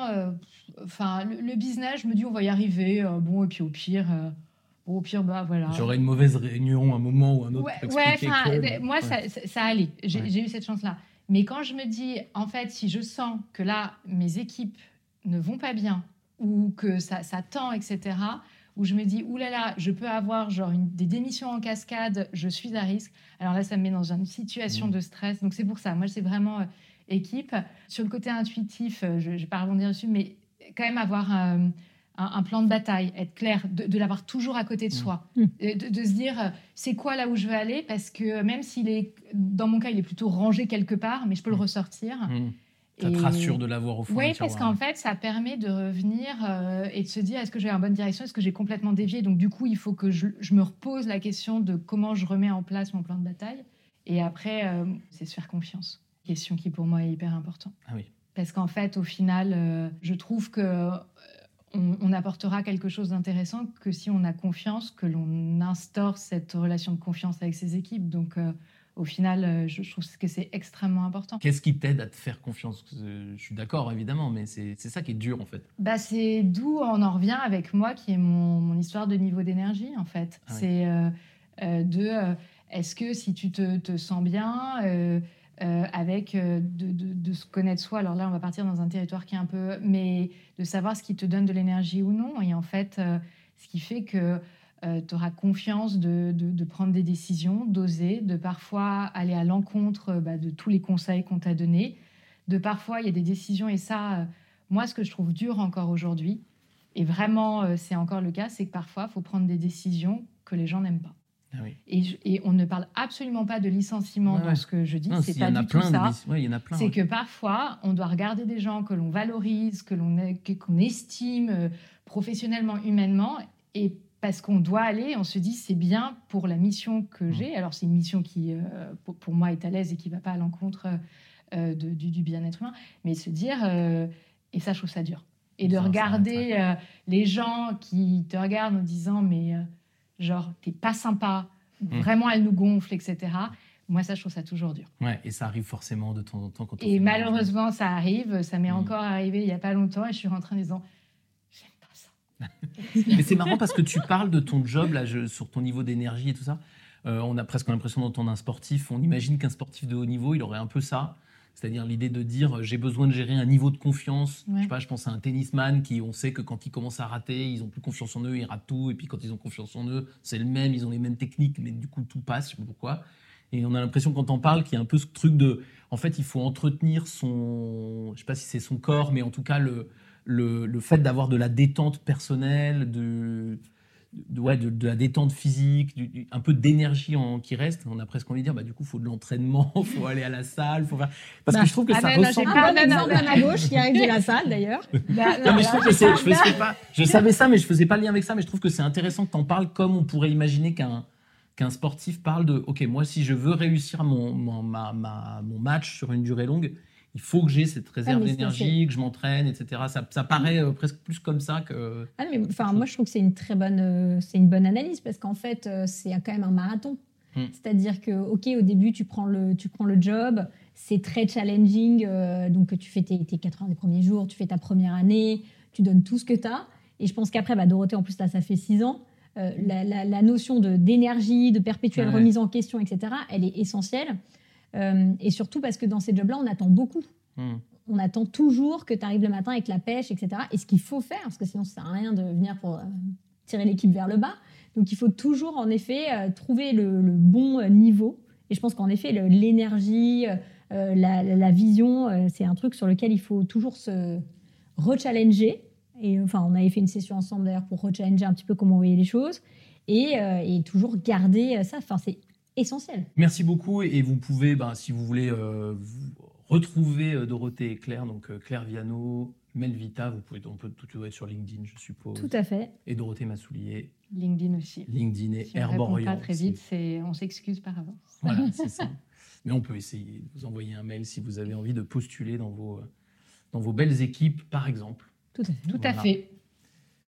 le business, je me dis, on va y arriver. Et puis au pire, bah voilà. J'aurai une mauvaise réunion un moment ou un autre pour Ouais, expliquer moi, ça allait. J'ai eu cette chance-là. Mais quand je me dis, en fait, si je sens que là, mes équipes ne vont pas bien ou que ça tend, etc., où je me dis, oulala, je peux avoir des démissions en cascade, je suis à risque. Alors là, ça me met dans une situation de stress. Donc c'est pour ça, moi, c'est vraiment équipe. Sur le côté intuitif, je ne vais pas rebondir dessus, mais quand même avoir un plan de bataille, être clair, de l'avoir toujours à côté de soi, de se dire, c'est quoi là où je veux aller, parce que même s'il est, dans mon cas, il est plutôt rangé quelque part, mais je peux le ressortir. Ça te rassure de l'avoir au fond. Oui, parce qu'en fait, ça permet de revenir et de se dire, est-ce que j'ai la bonne direction? Est-ce que j'ai complètement dévié? Donc, du coup, il faut que je me repose la question de comment je remets en place mon plan de bataille. Et après, c'est se faire confiance. Question qui, pour moi, est hyper importante. Ah oui. Parce qu'en fait, au final, je trouve que on apportera quelque chose d'intéressant que si on a confiance, que l'on instaure cette relation de confiance avec ses équipes. Donc, au final, je trouve que c'est extrêmement important. Qu'est-ce qui t'aide à te faire confiance? Je suis d'accord, évidemment, mais c'est ça qui est dur, en fait. C'est d'où on en revient avec moi, qui est mon histoire de niveau d'énergie, en fait. Ah oui. C'est est-ce que si tu te sens bien avec de se connaître soi, alors là, on va partir dans un territoire qui est un peu... Mais de savoir ce qui te donne de l'énergie ou non. Et en fait, ce qui fait que... tu auras confiance de prendre des décisions, d'oser, de parfois aller à l'encontre de tous les conseils qu'on t'a donnés. De parfois, il y a des décisions, et ça, moi, ce que je trouve dur encore aujourd'hui, et vraiment, c'est encore le cas, c'est que parfois, il faut prendre des décisions que les gens n'aiment pas. Ah oui. Et on ne parle absolument pas de licenciement dans ce que je dis, c'est pas du tout ça. Il y en a plein. C'est que parfois, on doit regarder des gens que l'on valorise, qu'on estime professionnellement, humainement, et parce qu'on doit aller, on se dit c'est bien pour la mission que j'ai. Alors c'est une mission qui, pour moi, est à l'aise et qui ne va pas à l'encontre du bien-être humain, mais se dire, et ça je trouve ça dur. Et de regarder les gens qui te regardent en disant mais genre t'es pas sympa, vraiment elle nous gonfle, etc. Moi, ça, je trouve ça toujours dur. Ouais, et ça arrive forcément de temps en temps. Quand on Et fait malheureusement, ça arrive. Ça m'est encore arrivé il n'y a pas longtemps et je suis rentrée en disant « J'aime pas ça ». Mais c'est marrant parce que tu parles de ton job, là, sur ton niveau d'énergie et tout ça. On a presque l'impression d'entendre un sportif. On imagine qu'un sportif de haut niveau, il aurait un peu ça. C'est-à-dire l'idée de dire j'ai besoin de gérer un niveau de confiance. Ouais. Je sais pas, je pense à un tennisman qui, on sait que quand ils commencent à rater, ils ont plus confiance en eux, ils ratent tout. Et puis quand ils ont confiance en eux, c'est le même, ils ont les mêmes techniques, mais du coup tout passe. Je sais pas pourquoi. Et on a l'impression quand on parle qu'il y a un peu ce truc de, en fait, il faut entretenir son, je sais pas si c'est son corps, mais en tout cas le fait d'avoir de la détente personnelle, de la détente physique, un peu d'énergie qui reste. On a presque envie de dire, bah, du coup, il faut de l'entraînement, il faut aller à la salle. Parce que je trouve que ça ressemble... Un bon exemple à ma gauche qui arrive de la salle, d'ailleurs. Non, mais je trouve que je savais ça, mais je faisais pas le lien avec ça. Mais je trouve que c'est intéressant que tu en parles comme on pourrait imaginer qu'un sportif parle de, OK, moi, si je veux réussir mon match sur une durée longue, il faut que j'ai cette réserve d'énergie, que je m'entraîne, etc. Ça paraît presque plus comme ça que... Ah, mais, moi, je trouve que c'est une très bonne, c'est une bonne analyse parce qu'en fait, c'est quand même un marathon. C'est-à-dire que, OK, au début, tu prends le job, c'est très challenging, donc tu fais tes 80 des premiers jours, tu fais ta première année, tu donnes tout ce que tu as. Et je pense qu'après, Dorothée, en plus, là, ça fait 6 ans, la notion d'énergie, de perpétuelle remise en question, etc., elle est essentielle. Et surtout parce que dans ces jobs-là, on attend beaucoup. On attend toujours que tu arrives le matin avec la pêche, etc. Et ce qu'il faut faire, parce que sinon, ça ne sert à rien de venir pour tirer l'équipe vers le bas. Donc, il faut toujours, en effet, trouver le bon niveau. Et je pense qu'en effet, l'énergie, la vision, c'est un truc sur lequel il faut toujours se rechallenger. Et enfin, on avait fait une session ensemble, d'ailleurs, pour rechallenger un petit peu comment on voyait les choses. Et toujours garder ça. Enfin, c'est essentiel. Merci beaucoup et vous pouvez, si vous voulez retrouver Dorothée et Claire, donc Claire Viano, Melvita, on peut tout être sur LinkedIn, je suppose. Tout à fait. Et Dorothée Massoulier. LinkedIn aussi. LinkedIn et Si on Herborian. pas très vite, on s'excuse par avance. Voilà, c'est ça. Mais on peut essayer de vous envoyer un mail si vous avez envie de postuler dans vos belles équipes, par exemple. Tout à fait. Tout à fait.